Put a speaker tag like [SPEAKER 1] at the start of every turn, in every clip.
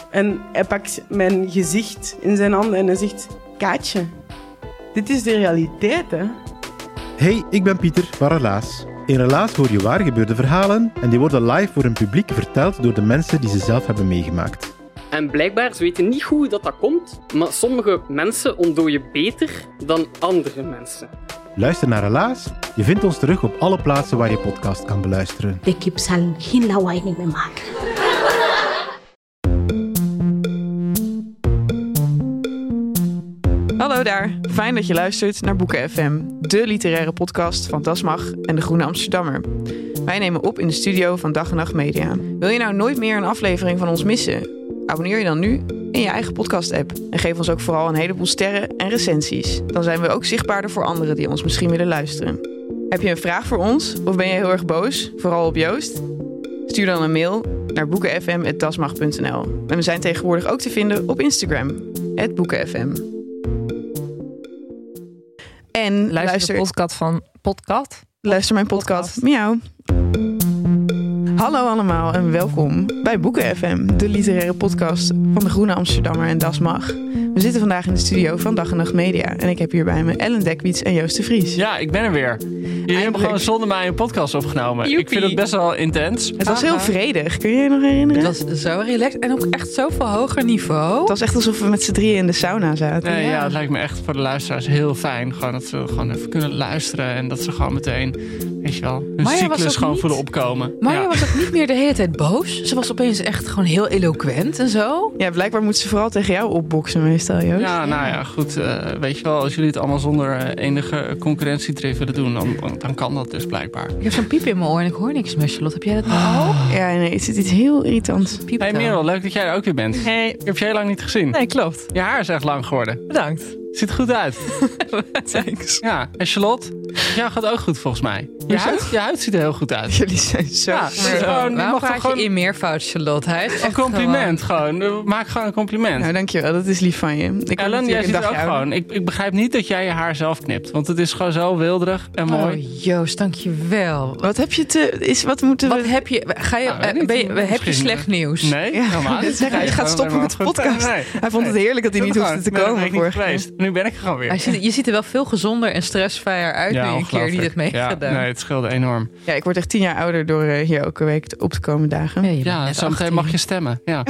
[SPEAKER 1] En hij pakt mijn gezicht in zijn handen en hij zegt... Kaatje, dit is de realiteit, hè?
[SPEAKER 2] Hey, ik ben Pieter van Relaas. In Relaas hoor je waar gebeurde verhalen en die worden live voor een publiek verteld door de mensen die ze zelf hebben meegemaakt.
[SPEAKER 3] En blijkbaar, ze weten niet hoe dat komt, maar sommige mensen ontdooien beter dan andere mensen.
[SPEAKER 2] Luister naar Relaas. Je vindt ons terug op alle plaatsen waar je podcast kan beluisteren.
[SPEAKER 4] De kip zal geen lawaai meer maken.
[SPEAKER 5] Hallo daar, fijn dat je luistert naar Boeken FM, de literaire podcast van Das Mag en de Groene Amsterdammer. Wij nemen op in de studio van Dag en Nacht Media. Wil je nou nooit meer een aflevering van ons missen? Abonneer je dan nu in je eigen podcast-app en geef ons ook vooral een heleboel sterren en recensies. Dan zijn we ook zichtbaarder voor anderen die ons misschien willen luisteren. Heb je een vraag voor ons of ben je heel erg boos, vooral op Joost? Stuur dan een mail naar boekenfm@dasmag.nl. En we zijn tegenwoordig ook te vinden op Instagram, @boekenfm. En luister
[SPEAKER 6] de podcast van Podcast.
[SPEAKER 5] Luister mijn podcast. Miauw. Hallo allemaal en welkom bij Boeken FM, de literaire podcast van de Groene Amsterdammer en Das Mag. We zitten vandaag in de studio van Dag en Nacht Media en ik heb hier bij me Ellen Dekwiets en Joost de Vries.
[SPEAKER 7] Ja, ik ben er weer. Jullie hebben gewoon zonder mij een podcast opgenomen.
[SPEAKER 6] Joepie.
[SPEAKER 7] Ik vind het best wel intens.
[SPEAKER 5] Het was heel vredig, kun je je nog herinneren?
[SPEAKER 6] Het was zo relaxed en ook echt zoveel hoger niveau.
[SPEAKER 5] Het was echt alsof we met z'n drieën in de sauna zaten.
[SPEAKER 7] Nee, ja, het lijkt me echt voor de luisteraars heel fijn. Gewoon dat ze gewoon even kunnen luisteren en dat ze gewoon meteen, weet je wel, hun cyclus gewoon voelen opkomen.
[SPEAKER 6] Marja was ook niet meer de hele tijd boos. Ze was opeens echt gewoon heel eloquent en zo.
[SPEAKER 5] Ja, blijkbaar moet ze vooral tegen jou opboksen meestal, Joost.
[SPEAKER 7] Ja, nou ja, goed. Weet je wel, als jullie het allemaal zonder enige concurrentiedrift willen doen, dan kan dat dus blijkbaar.
[SPEAKER 6] Ik heb zo'n piep in mijn oor en ik hoor niks meer, Charlotte. Heb jij dat nou ook?
[SPEAKER 5] Ja, nee, het is iets heel irritants.
[SPEAKER 7] Hey Merel, leuk dat jij er ook weer bent.
[SPEAKER 6] Hey.
[SPEAKER 7] Ik heb je heel lang niet gezien.
[SPEAKER 6] Nee, klopt.
[SPEAKER 7] Je haar is echt lang geworden.
[SPEAKER 6] Bedankt.
[SPEAKER 7] Ziet er goed uit.
[SPEAKER 6] Thanks.
[SPEAKER 7] Ja, en Charlotte, jou gaat ook goed volgens mij. Je huid ziet er heel goed uit.
[SPEAKER 5] Jullie zijn zo...
[SPEAKER 7] Ja,
[SPEAKER 6] Waarom
[SPEAKER 7] mag
[SPEAKER 6] praat
[SPEAKER 7] gewoon
[SPEAKER 6] je in meervoud, Charlotte? Hij is
[SPEAKER 7] een
[SPEAKER 6] echt
[SPEAKER 7] compliment gewoon. Maak gewoon een compliment.
[SPEAKER 5] Nou, dankjewel. Dat is lief van je.
[SPEAKER 7] Ellen, jij ziet er ook gewoon. Ik begrijp niet dat jij je haar zelf knipt. Want het is gewoon zo wilderig en mooi.
[SPEAKER 6] Oh, Joost, dankjewel.
[SPEAKER 5] Wat heb je te... Wat moeten we...
[SPEAKER 6] Wat heb je... heb je slecht nieuws?
[SPEAKER 7] Nee, helemaal niet.
[SPEAKER 5] Hij gaat stoppen met de podcast.
[SPEAKER 7] Nee.
[SPEAKER 5] Hij vond het heerlijk dat hij niet hoefde te komen vorige keer.
[SPEAKER 7] Nu ben ik er gewoon weer.
[SPEAKER 6] Je ziet er wel veel gezonder en stressvrijer uit nu een keer niet het meegedaan.
[SPEAKER 7] Nee, het scheelde enorm.
[SPEAKER 5] Ja, ik word echt 10 jaar ouder door hier elke week op te komen dagen.
[SPEAKER 7] Ja, zometeen mag je stemmen. Ja.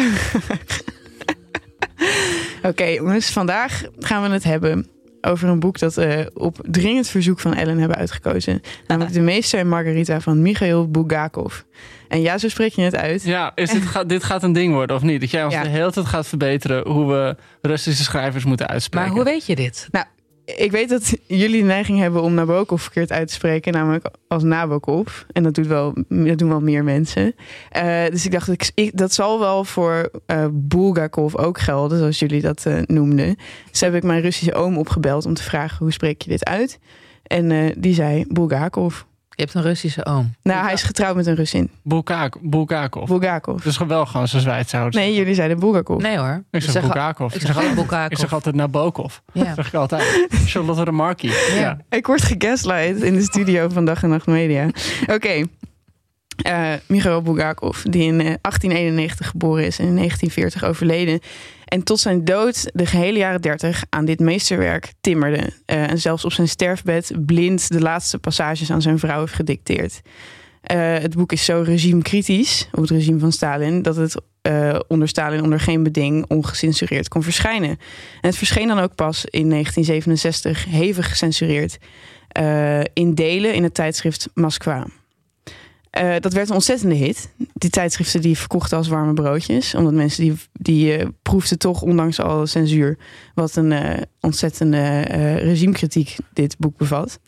[SPEAKER 5] Oké, jongens. Vandaag gaan we het hebben over een boek dat we op dringend verzoek van Ellen hebben uitgekozen. Namelijk De Meester en Margarita van Michail Bulgakov. En ja, zo spreek je het uit.
[SPEAKER 7] Ja, dit gaat een ding worden of niet? Dat jij ons de hele tijd gaat verbeteren hoe we Russische schrijvers moeten uitspreken.
[SPEAKER 6] Maar hoe weet je dit?
[SPEAKER 5] Nou, ik weet dat jullie de neiging hebben om Nabokov verkeerd uit te spreken, namelijk als Nabokov. En dat doen wel meer mensen. Dus ik dacht, dat zal wel voor Bulgakov ook gelden, zoals jullie dat noemden. Dus heb ik mijn Russische oom opgebeld om te vragen, hoe spreek je dit uit? En die zei Bulgakov.
[SPEAKER 6] Je hebt een Russische oom.
[SPEAKER 5] Nou, hij is getrouwd met een Russin.
[SPEAKER 7] Bulgakov. Dus wel gewoon zoals wij het zouden.
[SPEAKER 5] Nee, jullie zeiden Bulgakov.
[SPEAKER 6] Nee hoor.
[SPEAKER 7] Ik zeg Bulgakov.
[SPEAKER 6] Ik zeg ook Bulgakov.
[SPEAKER 7] Ik zeg altijd Nabokov.
[SPEAKER 6] Ja.
[SPEAKER 7] Dat zeg ik altijd. Charlotte Remarque. Ja.
[SPEAKER 5] Ik word gegaslight in de studio van Dag en Nacht Media. Oké. Michail Bulgakov, die in 1891 geboren is en in 1940 overleden. En tot zijn dood de gehele jaren 30 aan dit meesterwerk timmerde. En zelfs op zijn sterfbed blind de laatste passages aan zijn vrouw heeft gedicteerd. Het boek is zo regimekritisch op het regime van Stalin dat het onder Stalin onder geen beding ongecensureerd kon verschijnen. En het verscheen dan ook pas in 1967 hevig gecensureerd in delen in het tijdschrift Moskva. Dat werd een ontzettende hit. Die tijdschriften die verkochten als warme broodjes. Omdat mensen die proefden toch, ondanks alle censuur, wat een ontzettende regimekritiek dit boek bevat.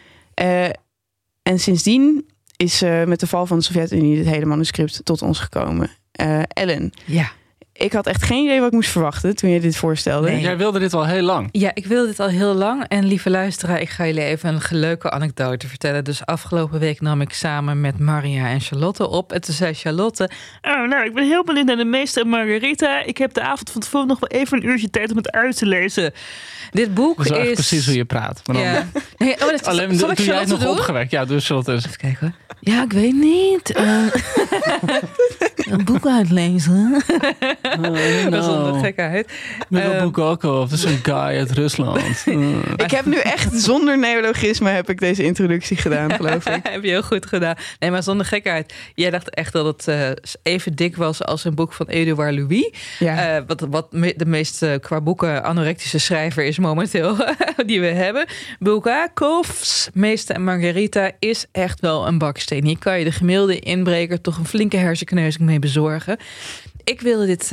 [SPEAKER 5] En sindsdien is met de val van de Sovjet-Unie dit hele manuscript tot ons gekomen. Ellen.
[SPEAKER 6] Ja.
[SPEAKER 5] Ik had echt geen idee wat ik moest verwachten toen je dit voorstelde.
[SPEAKER 6] Nee.
[SPEAKER 7] Jij wilde dit al heel lang.
[SPEAKER 6] Ja, ik wilde dit al heel lang. En lieve luisteraar, ik ga jullie even een leuke anekdote vertellen. Dus afgelopen week nam ik samen met Marja en Charlotte op. En toen zei Charlotte:
[SPEAKER 8] oh, nou, ik ben heel benieuwd naar De Meester en Margarita. Ik heb de avond van tevoren nog wel even een uurtje tijd om het uit te lezen.
[SPEAKER 6] Dit boek
[SPEAKER 7] dat is
[SPEAKER 6] is...
[SPEAKER 7] precies hoe je praat. Maar dan...
[SPEAKER 6] Ja. Nee,
[SPEAKER 7] alleen
[SPEAKER 6] zal ik
[SPEAKER 7] toen jij het nog
[SPEAKER 6] doen?
[SPEAKER 7] opgewekt. Ja, dus Charlotte.
[SPEAKER 6] Even kijken hoor. Ja, ik weet niet. Een boek uitlezen. Zonder gekheid.
[SPEAKER 7] Mikhail Bulgakov, dat is een guy uit Rusland.
[SPEAKER 5] Ik heb nu echt zonder neologisme heb ik deze introductie gedaan, geloof ik.
[SPEAKER 6] Heb je heel goed gedaan. Nee, maar zonder gekheid. Jij dacht echt dat het even dik was als een boek van Edouard Louis.
[SPEAKER 5] Ja.
[SPEAKER 6] Wat de meest qua boeken anorectische schrijver is momenteel die we hebben. Bulgakovs Meester en Margarita is echt wel een baksteen. Hier kan je de gemiddelde inbreker toch een flinke hersenkneuzing mee bezorgen. Ik wilde dit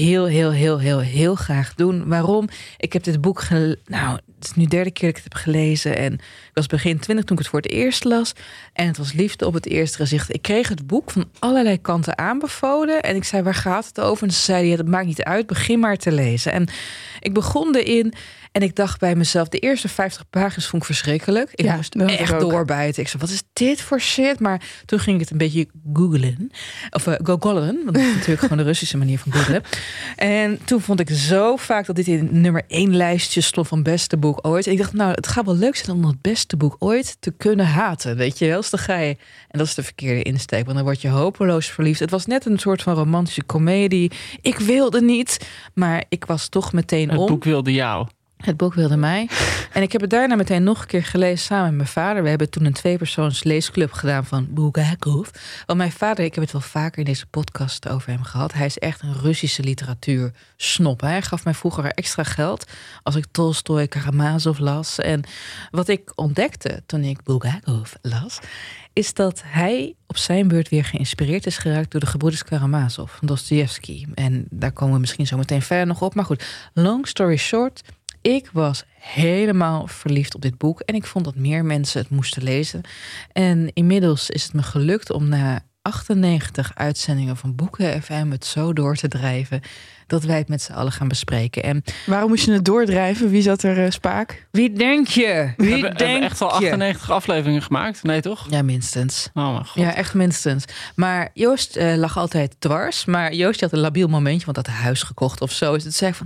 [SPEAKER 6] heel graag doen. Waarom? Ik heb dit boek het is nu de derde keer dat ik het heb gelezen. En ik was begin 20 toen ik het voor het eerst las. En het was liefde op het eerste gezicht. Ik kreeg het boek van allerlei kanten aanbevolen. En ik zei, waar gaat het over? En ze zeiden, het maakt niet uit, begin maar te lezen. En ik begon erin. En ik dacht bij mezelf, de eerste 50 pagina's vond ik verschrikkelijk. Ik moest echt doorbijten. Ik zei, wat is dit voor shit? Maar toen ging ik het een beetje googlen. Of googlen, want dat is natuurlijk gewoon de Russische manier van googlen. En toen vond ik zo vaak dat dit in nummer 1 lijstje stond van beste boek ooit. En ik dacht, het gaat wel leuk zijn om het beste boek ooit te kunnen haten. Weet je wel, dus dan ga je... En dat is de verkeerde insteek, want dan word je hopeloos verliefd. Het was net een soort van romantische komedie. Ik wilde niet, maar ik was toch meteen
[SPEAKER 7] Het boek wilde jou.
[SPEAKER 6] Het boek wilde mij. En ik heb het daarna meteen nog een keer gelezen samen met mijn vader. We hebben toen een 2-persoons leesclub gedaan van Bulgakov. Want mijn vader, ik heb het wel vaker in deze podcast over hem gehad. Hij is echt een Russische literatuursnop. Hij gaf mij vroeger extra geld als ik Tolstoj, Karamazov las. En wat ik ontdekte toen ik Bulgakov las, is dat hij op zijn beurt weer geïnspireerd is geraakt door de gebroeders Karamazov van Dostojevski. En daar komen we misschien zo meteen verder nog op. Maar goed, long story short, ik was helemaal verliefd op dit boek. En ik vond dat meer mensen het moesten lezen. En inmiddels is het me gelukt om na 98 uitzendingen van Boeken FM het zo door te drijven dat wij het met z'n allen gaan bespreken. En
[SPEAKER 5] waarom moest je het doordrijven? Wie zat er spaak?
[SPEAKER 6] Wie denk je?
[SPEAKER 7] We hebben echt al 98 afleveringen gemaakt? Nee, toch?
[SPEAKER 6] Ja, minstens.
[SPEAKER 7] Oh mijn god.
[SPEAKER 6] Ja, echt minstens. Maar Joost lag altijd dwars. Maar Joost had een labiel momentje, want had een huis gekocht of zo. Dus het zei van,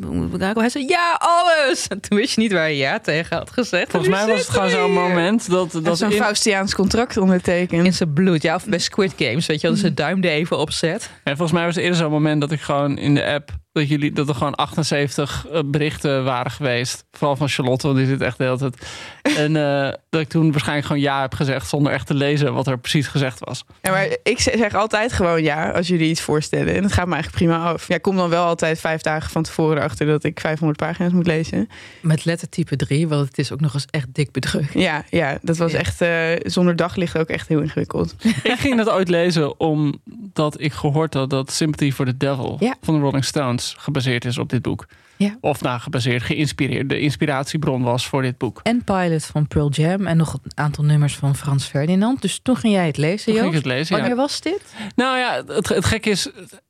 [SPEAKER 6] hij zei, ja, alles! En toen wist je niet waar je ja tegen had gezegd.
[SPEAKER 7] Volgens mij was het gewoon zo'n moment dat
[SPEAKER 5] zo'n Faustiaans contract ondertekend.
[SPEAKER 6] In zijn bloed. Ja, of bij Squid Games, weet je wel, zijn duim er even opzet.
[SPEAKER 7] En volgens mij was het eerder zo'n moment dat ik gewoon in de app dat er gewoon 78 berichten waren geweest. Vooral van Charlotte, want die zit echt de hele tijd. En dat ik toen waarschijnlijk gewoon ja heb gezegd zonder echt te lezen wat er precies gezegd was.
[SPEAKER 5] Ja, maar ik zeg altijd gewoon ja als jullie iets voorstellen. En het gaat me eigenlijk prima af. Ja, ik kom dan wel altijd 5 dagen van tevoren erachter dat ik 500 pagina's moet lezen.
[SPEAKER 6] Met lettertype 3, want het is ook nog eens echt dik bedrukt.
[SPEAKER 5] Ja, dat was echt zonder daglicht ook echt heel ingewikkeld.
[SPEAKER 7] Ik ging dat ooit lezen omdat ik gehoord had dat Sympathy for the Devil van de Rolling Stones gebaseerd is op dit boek.
[SPEAKER 6] Ja.
[SPEAKER 7] Of geïnspireerd. De inspiratiebron was voor dit boek.
[SPEAKER 6] En Pilot van Pearl Jam en nog een aantal nummers van Frans Ferdinand. Dus toen ging jij het lezen, Joost?
[SPEAKER 7] Ging ik het lezen,
[SPEAKER 6] Wanneer was dit?
[SPEAKER 7] Nou ja, het gekke is,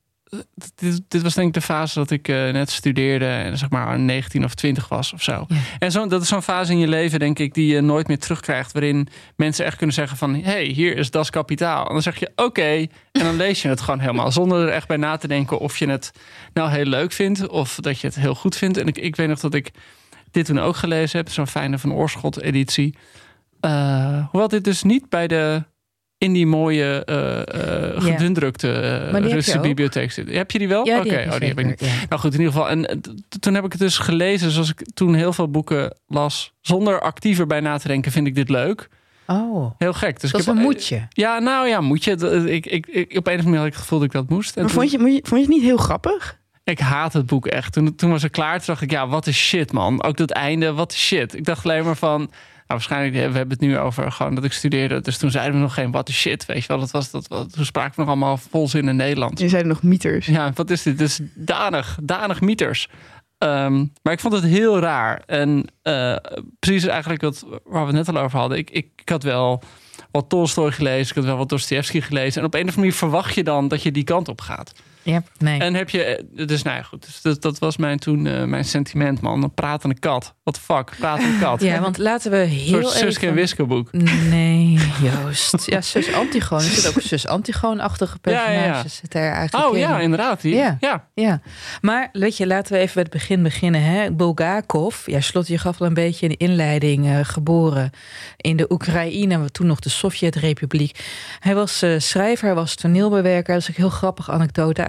[SPEAKER 7] dit was denk ik de fase dat ik net studeerde en zeg maar 19 of 20 was of zo.
[SPEAKER 6] Ja.
[SPEAKER 7] En dat is zo'n fase in je leven, denk ik, die je nooit meer terugkrijgt, waarin mensen echt kunnen zeggen van, hey, hier is Das Kapitaal. En dan zeg je oké, en dan lees je het gewoon helemaal, zonder er echt bij na te denken of je het nou heel leuk vindt of dat je het heel goed vindt. En ik weet nog dat ik dit toen ook gelezen heb, zo'n fijne Van Oorschot editie. Hoewel dit dus niet bij in die mooie gedundrukte Russische bibliotheek zit. Heb je die wel?
[SPEAKER 6] Ja,
[SPEAKER 7] Oké, die heb ik niet.
[SPEAKER 6] Ja.
[SPEAKER 7] Nou goed, in ieder geval. En toen heb ik het dus gelezen, zoals ik toen heel veel boeken las, zonder actiever bij na te denken, vind ik dit leuk.
[SPEAKER 6] Oh.
[SPEAKER 7] Heel gek. Dus
[SPEAKER 6] dat is een moetje.
[SPEAKER 7] Ja, nou ja, moet je. Ik op een of andere manier had ik het gevoel dat ik dat moest. En
[SPEAKER 5] maar vond je het niet heel grappig?
[SPEAKER 7] Ik haat het boek echt. Toen was het klaar, toen dacht ik, ja, wat is shit, man. Ook dat einde, wat is shit. Ik dacht alleen maar van, nou, waarschijnlijk, we hebben het nu over gewoon dat ik studeerde. Dus toen zeiden we nog geen what is shit, weet je wel. Toen spraken we nog allemaal volzin in Nederlands.
[SPEAKER 5] Je zei nog mieters.
[SPEAKER 7] Ja, wat is dit? Dus danig mieters. Maar ik vond het heel raar. En precies eigenlijk waar we het net al over hadden. Ik had wel wat Tolstoj gelezen. Ik had wel wat Dostojevski gelezen. En op een of andere manier verwacht je dan dat je die kant op gaat.
[SPEAKER 6] Ja, nee.
[SPEAKER 7] En heb je, dus nou ja, goed. Dus dat was mijn sentiment, man. Een pratende kat. What the fuck, pratende kat.
[SPEAKER 6] Ja, want laten we heel
[SPEAKER 7] een soort Suske en Wiske boek.
[SPEAKER 6] Nee, Joost. Ja, zus Antigoon. Er zit ook zus Antigoon-achtige personages. Zit er eigenlijk
[SPEAKER 7] in. Ja, inderdaad.
[SPEAKER 6] Ja. Maar weet je, laten we even bij het begin beginnen. Hè? Bulgakov, ja, Charlotte, je gaf al een beetje in de inleiding, geboren in de Oekraïne, toen nog de Sovjet-Republiek. Hij was schrijver, hij was toneelbewerker. Dat is ook een heel grappige anekdote uit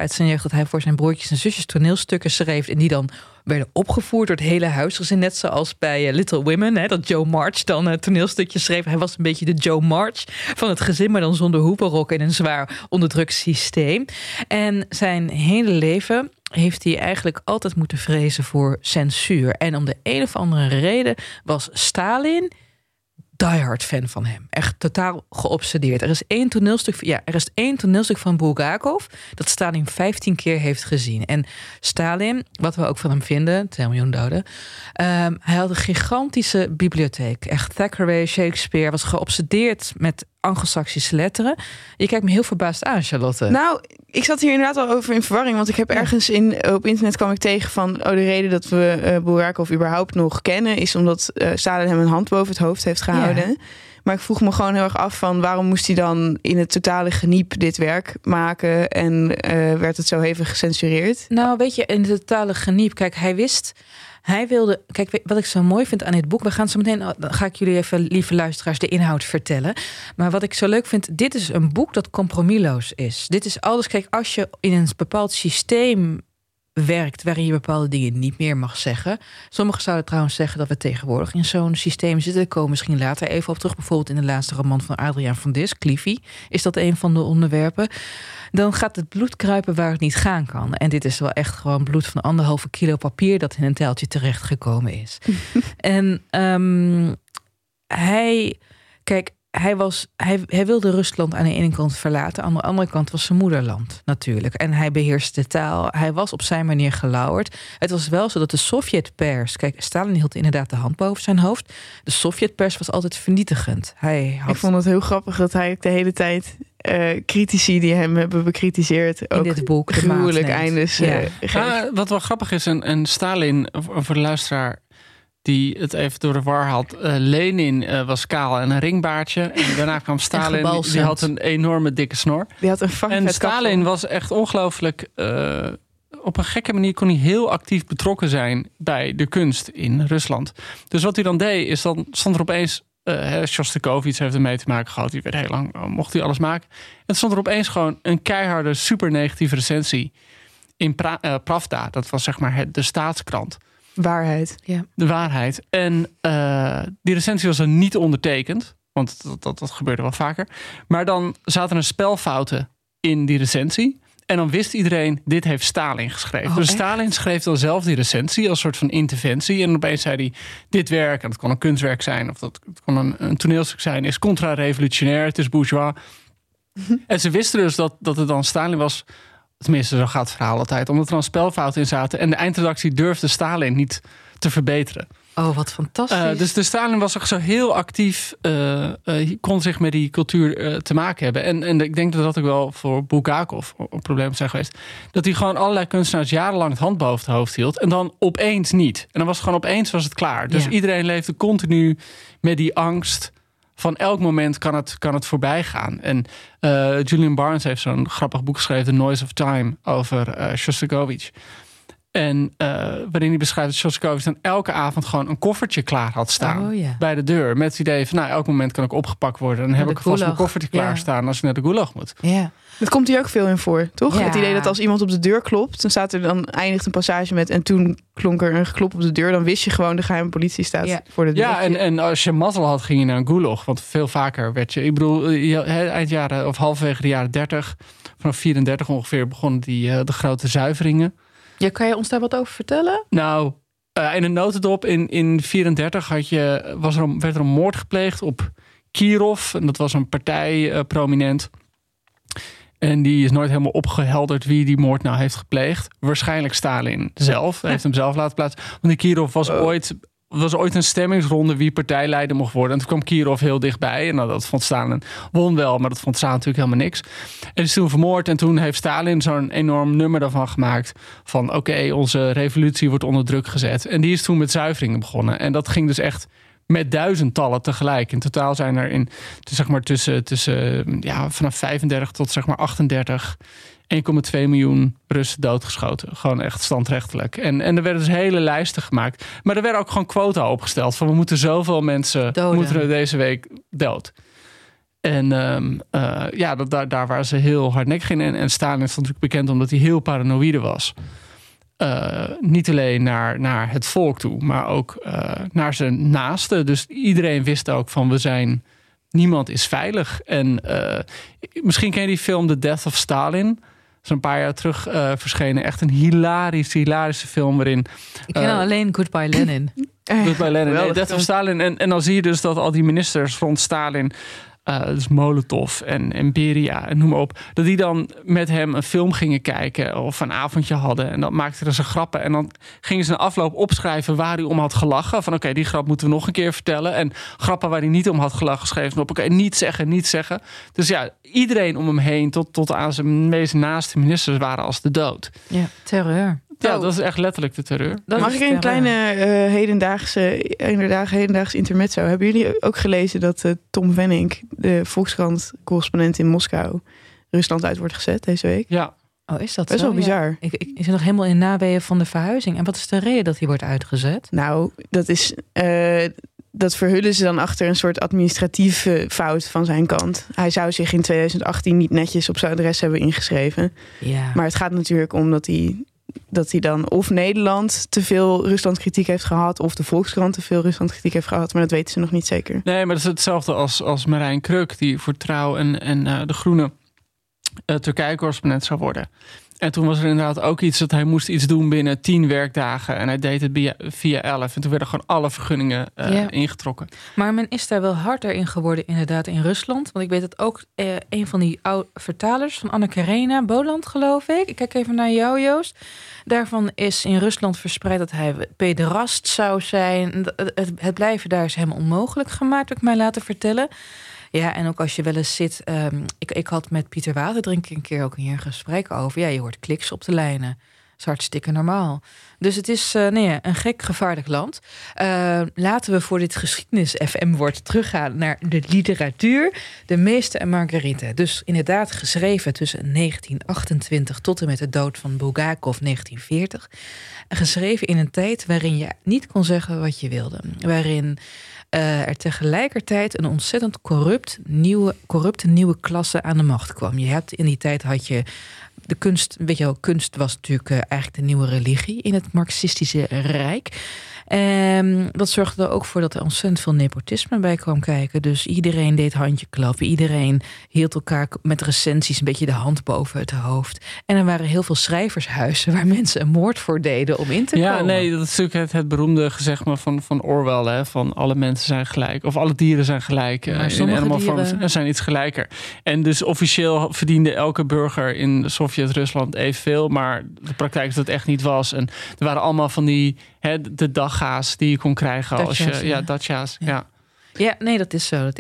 [SPEAKER 6] uit zijn jeugd dat hij voor zijn broertjes en zusjes toneelstukken schreef en die dan werden opgevoerd door het hele huisgezin. Net zoals bij Little Women, hè, dat Joe March dan toneelstukjes schreef. Hij was een beetje de Joe March van het gezin, maar dan zonder hoepenrok in een zwaar onderdrukt systeem. En zijn hele leven heeft hij eigenlijk altijd moeten vrezen voor censuur. En om de een of andere reden was Stalin diehard fan van hem. Echt totaal geobsedeerd. Er is één toneelstuk van Bulgakov dat Stalin 15 keer heeft gezien. En Stalin, wat we ook van hem vinden, 2 miljoen doden, hij had een gigantische bibliotheek. Echt Thackeray, Shakespeare, was geobsedeerd met Anglo-Saxische letteren. Je kijkt me heel verbaasd aan, Charlotte.
[SPEAKER 5] Nou, ik zat hier inderdaad al over in verwarring. Want ik heb ergens op internet kwam ik tegen van de reden dat we Bulgakov überhaupt nog kennen is omdat Stalin hem een hand boven het hoofd heeft gehouden. Ja. Maar ik vroeg me gewoon heel erg af van waarom moest hij dan in het totale geniep dit werk maken en werd het zo hevig gecensureerd?
[SPEAKER 6] Nou, weet je, in het totale geniep, kijk, hij wilde... Kijk, wat ik zo mooi vind aan dit boek... Dan ga ik jullie even, lieve luisteraars, de inhoud vertellen. Maar wat ik zo leuk vind... Dit is een boek dat compromisloos is. Dit is alles... Kijk, als je in een bepaald systeem werkt... waarin je bepaalde dingen niet meer mag zeggen... Sommigen zouden trouwens zeggen dat we tegenwoordig in zo'n systeem zitten. Daar komen we misschien later even op terug. Bijvoorbeeld in de laatste roman van Adriaan van Dis, Cliffy. Is dat een van de onderwerpen? Dan gaat het bloed kruipen waar het niet gaan kan. En dit is wel echt gewoon bloed van 1,5 kilo papier... dat in een teltje terechtgekomen is. En hij wilde Rusland aan de ene kant verlaten. Aan de andere kant was zijn moederland natuurlijk. En hij beheerste de taal. Hij was op zijn manier gelauwerd. Het was wel zo dat de Sovjetpers... Kijk, Stalin hield inderdaad de hand boven zijn hoofd. De Sovjetpers was altijd vernietigend. Ik vond het heel grappig dat hij de hele tijd... critici die hem hebben bekritiseerd... in
[SPEAKER 5] ook
[SPEAKER 6] dit boek
[SPEAKER 5] gruwelijk eindes
[SPEAKER 7] wat wel grappig is, en Stalin, voor de luisteraar... die het even door de war had. Lenin was kaal en een ringbaardje. En daarna kwam Stalin, die had een enorme dikke snor.
[SPEAKER 5] Die had een
[SPEAKER 7] en Stalin was echt ongelooflijk... op een gekke manier kon hij heel actief betrokken zijn... bij de kunst in Rusland. Dus wat hij dan deed, is dan stond er opeens... Shostakovich heeft ermee te maken gehad. Die werd heel lang, mocht hij alles maken. En stond er opeens gewoon een keiharde, super negatieve recensie... in Pravda. Dat was zeg maar de staatskrant.
[SPEAKER 5] Waarheid. Ja.
[SPEAKER 7] De waarheid. En die recensie was dan niet ondertekend. Want dat gebeurde wel vaker. Maar dan zaten er spelfouten in die recensie. En dan wist iedereen, dit heeft Stalin geschreven. Dus Stalin schreef dan zelf die recensie als soort van interventie. En opeens zei hij, dit werk, en dat kon een kunstwerk zijn... of dat kon een toneelstuk zijn, is contra-revolutionair, het is bourgeois. En ze wisten dus dat het dan Stalin was... Tenminste, zo gaat het verhaal altijd. Omdat er dan spelfouten in zaten. En de eindredactie durfde Stalin niet te verbeteren.
[SPEAKER 6] Oh, wat fantastisch.
[SPEAKER 7] Dus de Stalin was ook zo heel actief. Kon zich met die cultuur te maken hebben. En ik denk dat dat ook wel voor Bulgakov een probleem zijn geweest. Dat hij gewoon allerlei kunstenaars jarenlang het hand boven het hoofd hield. En dan opeens niet. En dan was het gewoon opeens was klaar. Dus iedereen leefde continu met die angst... van elk moment kan het voorbij gaan. En Julian Barnes heeft zo'n grappig boek geschreven... The Noise of Time, over Shostakovich. En waarin hij beschrijft dat Shostakovich dan elke avond... gewoon een koffertje klaar had staan bij de deur. Met het idee van, elk moment kan ik opgepakt worden. En dan heb ik vast mijn koffertje klaar staan als ik naar de gulag moet.
[SPEAKER 5] Ja. Dat komt hier ook veel in voor, toch? Ja. Het idee dat als iemand op de deur klopt... dan eindigt een passage met... en toen klonk er een geklop op de deur... dan wist je gewoon de geheime politie staat voor de deur.
[SPEAKER 7] Ja, en als je mazzel had, ging je naar een gulag. Want veel vaker werd je... Ik bedoel, eind jaren of halverwege de jaren 30... vanaf 34 ongeveer begonnen de grote zuiveringen.
[SPEAKER 6] Ja, kan je ons daar wat over vertellen?
[SPEAKER 7] Nou, in een notendop in 34 werd er een moord gepleegd op Kirov. En dat was een partij prominent. En die is nooit helemaal opgehelderd wie die moord nou heeft gepleegd. Waarschijnlijk Stalin zelf. Hij heeft hem zelf laten plaatsen. Want die Kirov was ooit een stemmingsronde wie partijleider mocht worden. En toen kwam Kirov heel dichtbij. En dat vond Stalin won wel, maar dat vond Stalin natuurlijk helemaal niks. En is toen vermoord. En toen heeft Stalin zo'n enorm nummer daarvan gemaakt. Van oké, onze revolutie wordt onder druk gezet. En die is toen met zuiveringen begonnen. En dat ging dus echt met duizendtallen tegelijk. In totaal zijn er tussen vanaf 35 tot zeg maar 38... 1,2 miljoen Russen doodgeschoten. Gewoon echt standrechtelijk. En er werden dus hele lijsten gemaakt. Maar er werden ook gewoon quota opgesteld. Van we moeten zoveel mensen moeten deze week dood. En daar waren ze heel hardnekkig in. En Stalin is natuurlijk bekend omdat hij heel paranoïde was. Niet alleen naar het volk toe, maar ook naar zijn naasten. Dus iedereen wist ook van niemand is veilig. En misschien ken je die film The Death of Stalin. Dat is een paar jaar terug verschenen. Echt een hilarische film waarin...
[SPEAKER 6] Ik ken alleen Goodbye Lenin.
[SPEAKER 7] Goodbye Lenin. Nee, Death of Stalin. En dan zie je dus dat al die ministers rond Stalin... dus Molotov en Beria en noem maar op... dat die dan met hem een film gingen kijken... of een avondje hadden. En dan maakten ze grappen. En dan gingen ze na afloop opschrijven waar hij om had gelachen. Van oké, die grap moeten we nog een keer vertellen. En grappen waar hij niet om had gelachen... schreven op oké, niet zeggen. Dus ja, iedereen om hem heen... tot aan zijn meest naaste ministers waren als de dood.
[SPEAKER 6] Ja, terreur.
[SPEAKER 7] Ja, dat is echt letterlijk de terreur.
[SPEAKER 5] Mag ik een kleine hedendaagse intermezzo? Hebben jullie ook gelezen dat Tom Wenning, de Volkskrant-correspondent in Moskou, Rusland uit wordt gezet deze week?
[SPEAKER 7] Ja.
[SPEAKER 6] Oh, is dat
[SPEAKER 5] zo? Dat is wel bizar.
[SPEAKER 6] Ja. Ik zit nog helemaal in naweeën van de verhuizing. En wat is de reden dat hij wordt uitgezet?
[SPEAKER 5] Nou, dat verhullen ze dan achter een soort administratieve fout van zijn kant. Hij zou zich in 2018 niet netjes op zijn adres hebben ingeschreven.
[SPEAKER 6] Ja.
[SPEAKER 5] Maar het gaat natuurlijk om dat hij dan of Nederland te veel Rusland-kritiek heeft gehad... of de Volkskrant te veel Rusland-kritiek heeft gehad. Maar dat weten ze nog niet zeker.
[SPEAKER 7] Nee, maar dat is hetzelfde als Marijn Kruk... die voor Trouw en de Groene Turkije-correspondent zou worden. En toen was er inderdaad ook iets dat hij moest iets doen binnen 10 werkdagen. En hij deed het via 11. En toen werden gewoon alle vergunningen ingetrokken.
[SPEAKER 6] Maar men is daar wel harder in geworden inderdaad in Rusland. Want ik weet dat ook een van die vertalers van Anne Karenina, Boland geloof ik. Ik kijk even naar jou, Joost. Daarvan is in Rusland verspreid dat hij pederast zou zijn. Het blijven daar is hem onmogelijk gemaakt, heb ik mij laten vertellen. Ja, en ook als je wel eens zit... Ik had met Pieter Waterdrink een keer ook hier een gesprek over. Ja, je hoort kliks op de lijnen. Dat is hartstikke normaal. Dus het is een gek gevaarlijk land. Laten we voor dit geschiedenis-FM-woord teruggaan naar de literatuur. De Meester en Margaritha. Dus inderdaad geschreven tussen 1928 tot en met de dood van Bulgakov 1940. Geschreven in een tijd waarin je niet kon zeggen wat je wilde. Waarin... er tegelijkertijd een ontzettend corrupte nieuwe klasse aan de macht kwam. In die tijd had je de kunst, weet je wel, kunst was natuurlijk eigenlijk de nieuwe religie in het Marxistische Rijk. Dat zorgde er ook voor dat er ontzettend veel nepotisme bij kwam kijken. Dus iedereen deed handjeklappen. Iedereen hield elkaar met recensies een beetje de hand boven het hoofd. En er waren heel veel schrijvershuizen waar mensen een moord voor deden om in te komen.
[SPEAKER 7] Ja, nee, dat is natuurlijk het beroemde gezegde van Orwell. Hè, van alle mensen zijn gelijk. Of alle dieren zijn gelijk.
[SPEAKER 6] Maar
[SPEAKER 7] in animal form zijn iets gelijker. En dus officieel verdiende elke burger in Sovjet-Rusland evenveel. Maar de praktijk is dat echt niet was. En er waren allemaal van die... de dagga's die je kon krijgen als je... Dacia's.
[SPEAKER 6] Ja, nee, dat is zo.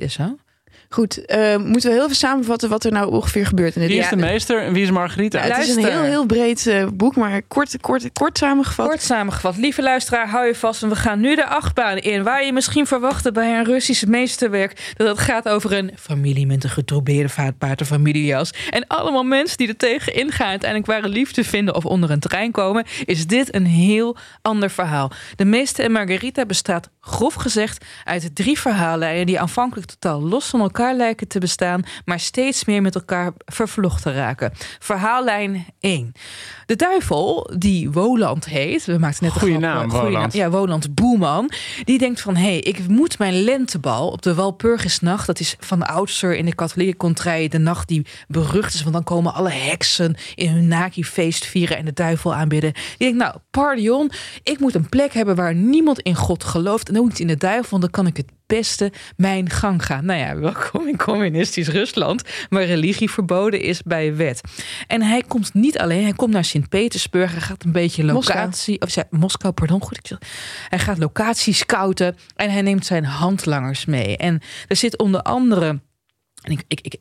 [SPEAKER 5] Goed, moeten we heel even samenvatten wat er nou ongeveer gebeurt in dit.
[SPEAKER 7] Wie is de meester en wie is Margaritha?
[SPEAKER 5] Het is een heel breed boek, maar kort samengevat.
[SPEAKER 6] Kort samengevat. Lieve luisteraar, hou je vast. En we gaan nu de achtbaan in. Waar je misschien verwachtte bij een Russisch meesterwerk... dat het gaat over een familie met een getroubleerde vaatpaardenfamiliejas. En allemaal mensen die er tegenin gaan... uiteindelijk ware liefde vinden of onder een trein komen... is dit een heel ander verhaal. De Meester en Margaritha bestaat grof gezegd... uit 3 verhaallijnen die aanvankelijk totaal los van elkaar lijken te bestaan, maar steeds meer met elkaar vervlochten raken. Verhaallijn 1. De duivel, die Woland heet, we maakten net een
[SPEAKER 7] goede naam, Woland.
[SPEAKER 6] Ja, Woland Boeman. Die denkt van, ik moet mijn lentebal op de Walpurgisnacht, dat is van oudsher in de katholieke contrij de nacht die berucht is, want dan komen alle heksen in hun Naki-feest vieren en de duivel aanbidden. Die denkt, pardon, ik moet een plek hebben waar niemand in God gelooft en ook niet in de duivel, want dan kan ik het beste mijn gang gaan. Welkom in communistisch Rusland, waar religie verboden is bij wet. En hij komt niet alleen, hij komt naar Sint-Petersburg, hij gaat een beetje locatie... Moskou, pardon, goed. Hij gaat locatie scouten en hij neemt zijn handlangers mee. En er zit onder andere... En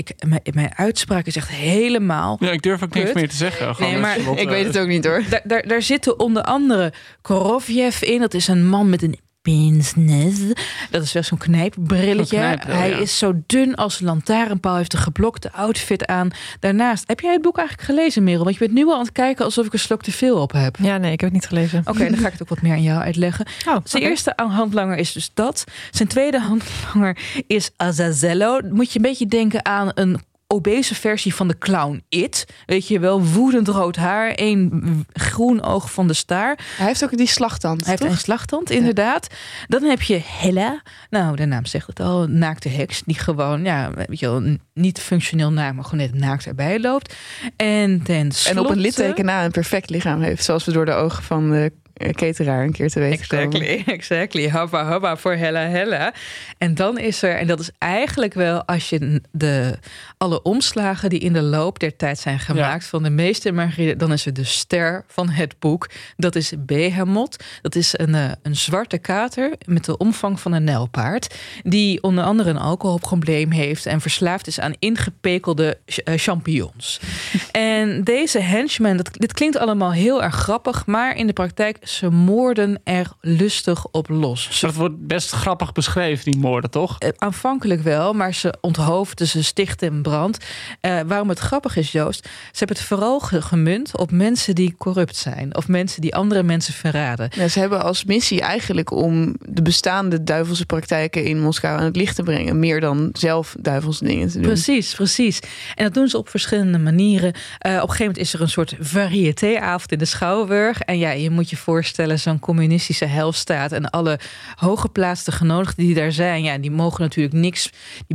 [SPEAKER 6] mijn uitspraak is echt helemaal...
[SPEAKER 7] Ja, ik durf ook niks meer te zeggen.
[SPEAKER 5] Nee, maar ik weet het ook niet hoor.
[SPEAKER 6] Daar zitten onder andere Korovjev in. Dat is een man met een Pince-nez. Dat is wel zo'n knijpbrilletje. Hij
[SPEAKER 7] ja.
[SPEAKER 6] is zo dun als een lantaarnpaal. Heeft een geblokte outfit aan. Daarnaast, heb jij het boek eigenlijk gelezen, Merel? Want je bent nu al aan het kijken alsof ik een slok te veel op heb.
[SPEAKER 9] Ja, nee, ik heb het niet gelezen.
[SPEAKER 6] Oké, dan ga ik het ook wat meer aan jou uitleggen. Zijn eerste handlanger is dus dat. Zijn tweede handlanger is Azazello. Moet je een beetje denken aan een obese versie van de clown It. Weet je wel, woedend rood haar, 1 groen oog van de staar.
[SPEAKER 5] Hij heeft ook die slagtand.
[SPEAKER 6] Hij heeft een slagtand, inderdaad. Dan heb je Hella. Nou, de naam zegt het al. Naakte heks. Die gewoon, weet je wel, niet functioneel naakt, maar gewoon net naakt erbij loopt. En tenslotte...
[SPEAKER 5] En op een litteken na een perfect lichaam heeft. Zoals we door de ogen van de cateraar een keer te weten komen.
[SPEAKER 6] Exactly. Habba, habba voor Hella. En dan is er, en dat is eigenlijk wel als je alle omslagen die in de loop der tijd zijn gemaakt van de meeste Margarita, dan is er de ster van het boek. Dat is Behemoth. Dat is een zwarte kater met de omvang van een nijlpaard. Die onder andere een alcoholprobleem heeft en verslaafd is aan ingepekelde champignons. En deze henchmen, dit klinkt allemaal heel erg grappig, maar in de praktijk, ze moorden er lustig op los.
[SPEAKER 7] Dat wordt best grappig beschreven, die moorden, toch?
[SPEAKER 6] Aanvankelijk wel, maar ze onthoofden, ze stichten in brand. Waarom het grappig is, Joost, ze hebben het vooral gemunt op mensen die corrupt zijn. Of mensen die andere mensen verraden.
[SPEAKER 5] Ja, ze hebben als missie eigenlijk om de bestaande duivelse praktijken in Moskou aan het licht te brengen. Meer dan zelf duivelse dingen te doen.
[SPEAKER 6] Precies. En dat doen ze op verschillende manieren. Op een gegeven moment is er een soort variétéavond in de Schouwburg. En ja, je moet je voorstellen, zo'n communistische helfstaat en alle hooggeplaatste genodigden die daar zijn, ja, die mogen natuurlijk niks.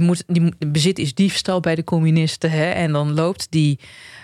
[SPEAKER 6] Bezit is diefstal bij de communisten. Hè? En dan loopt die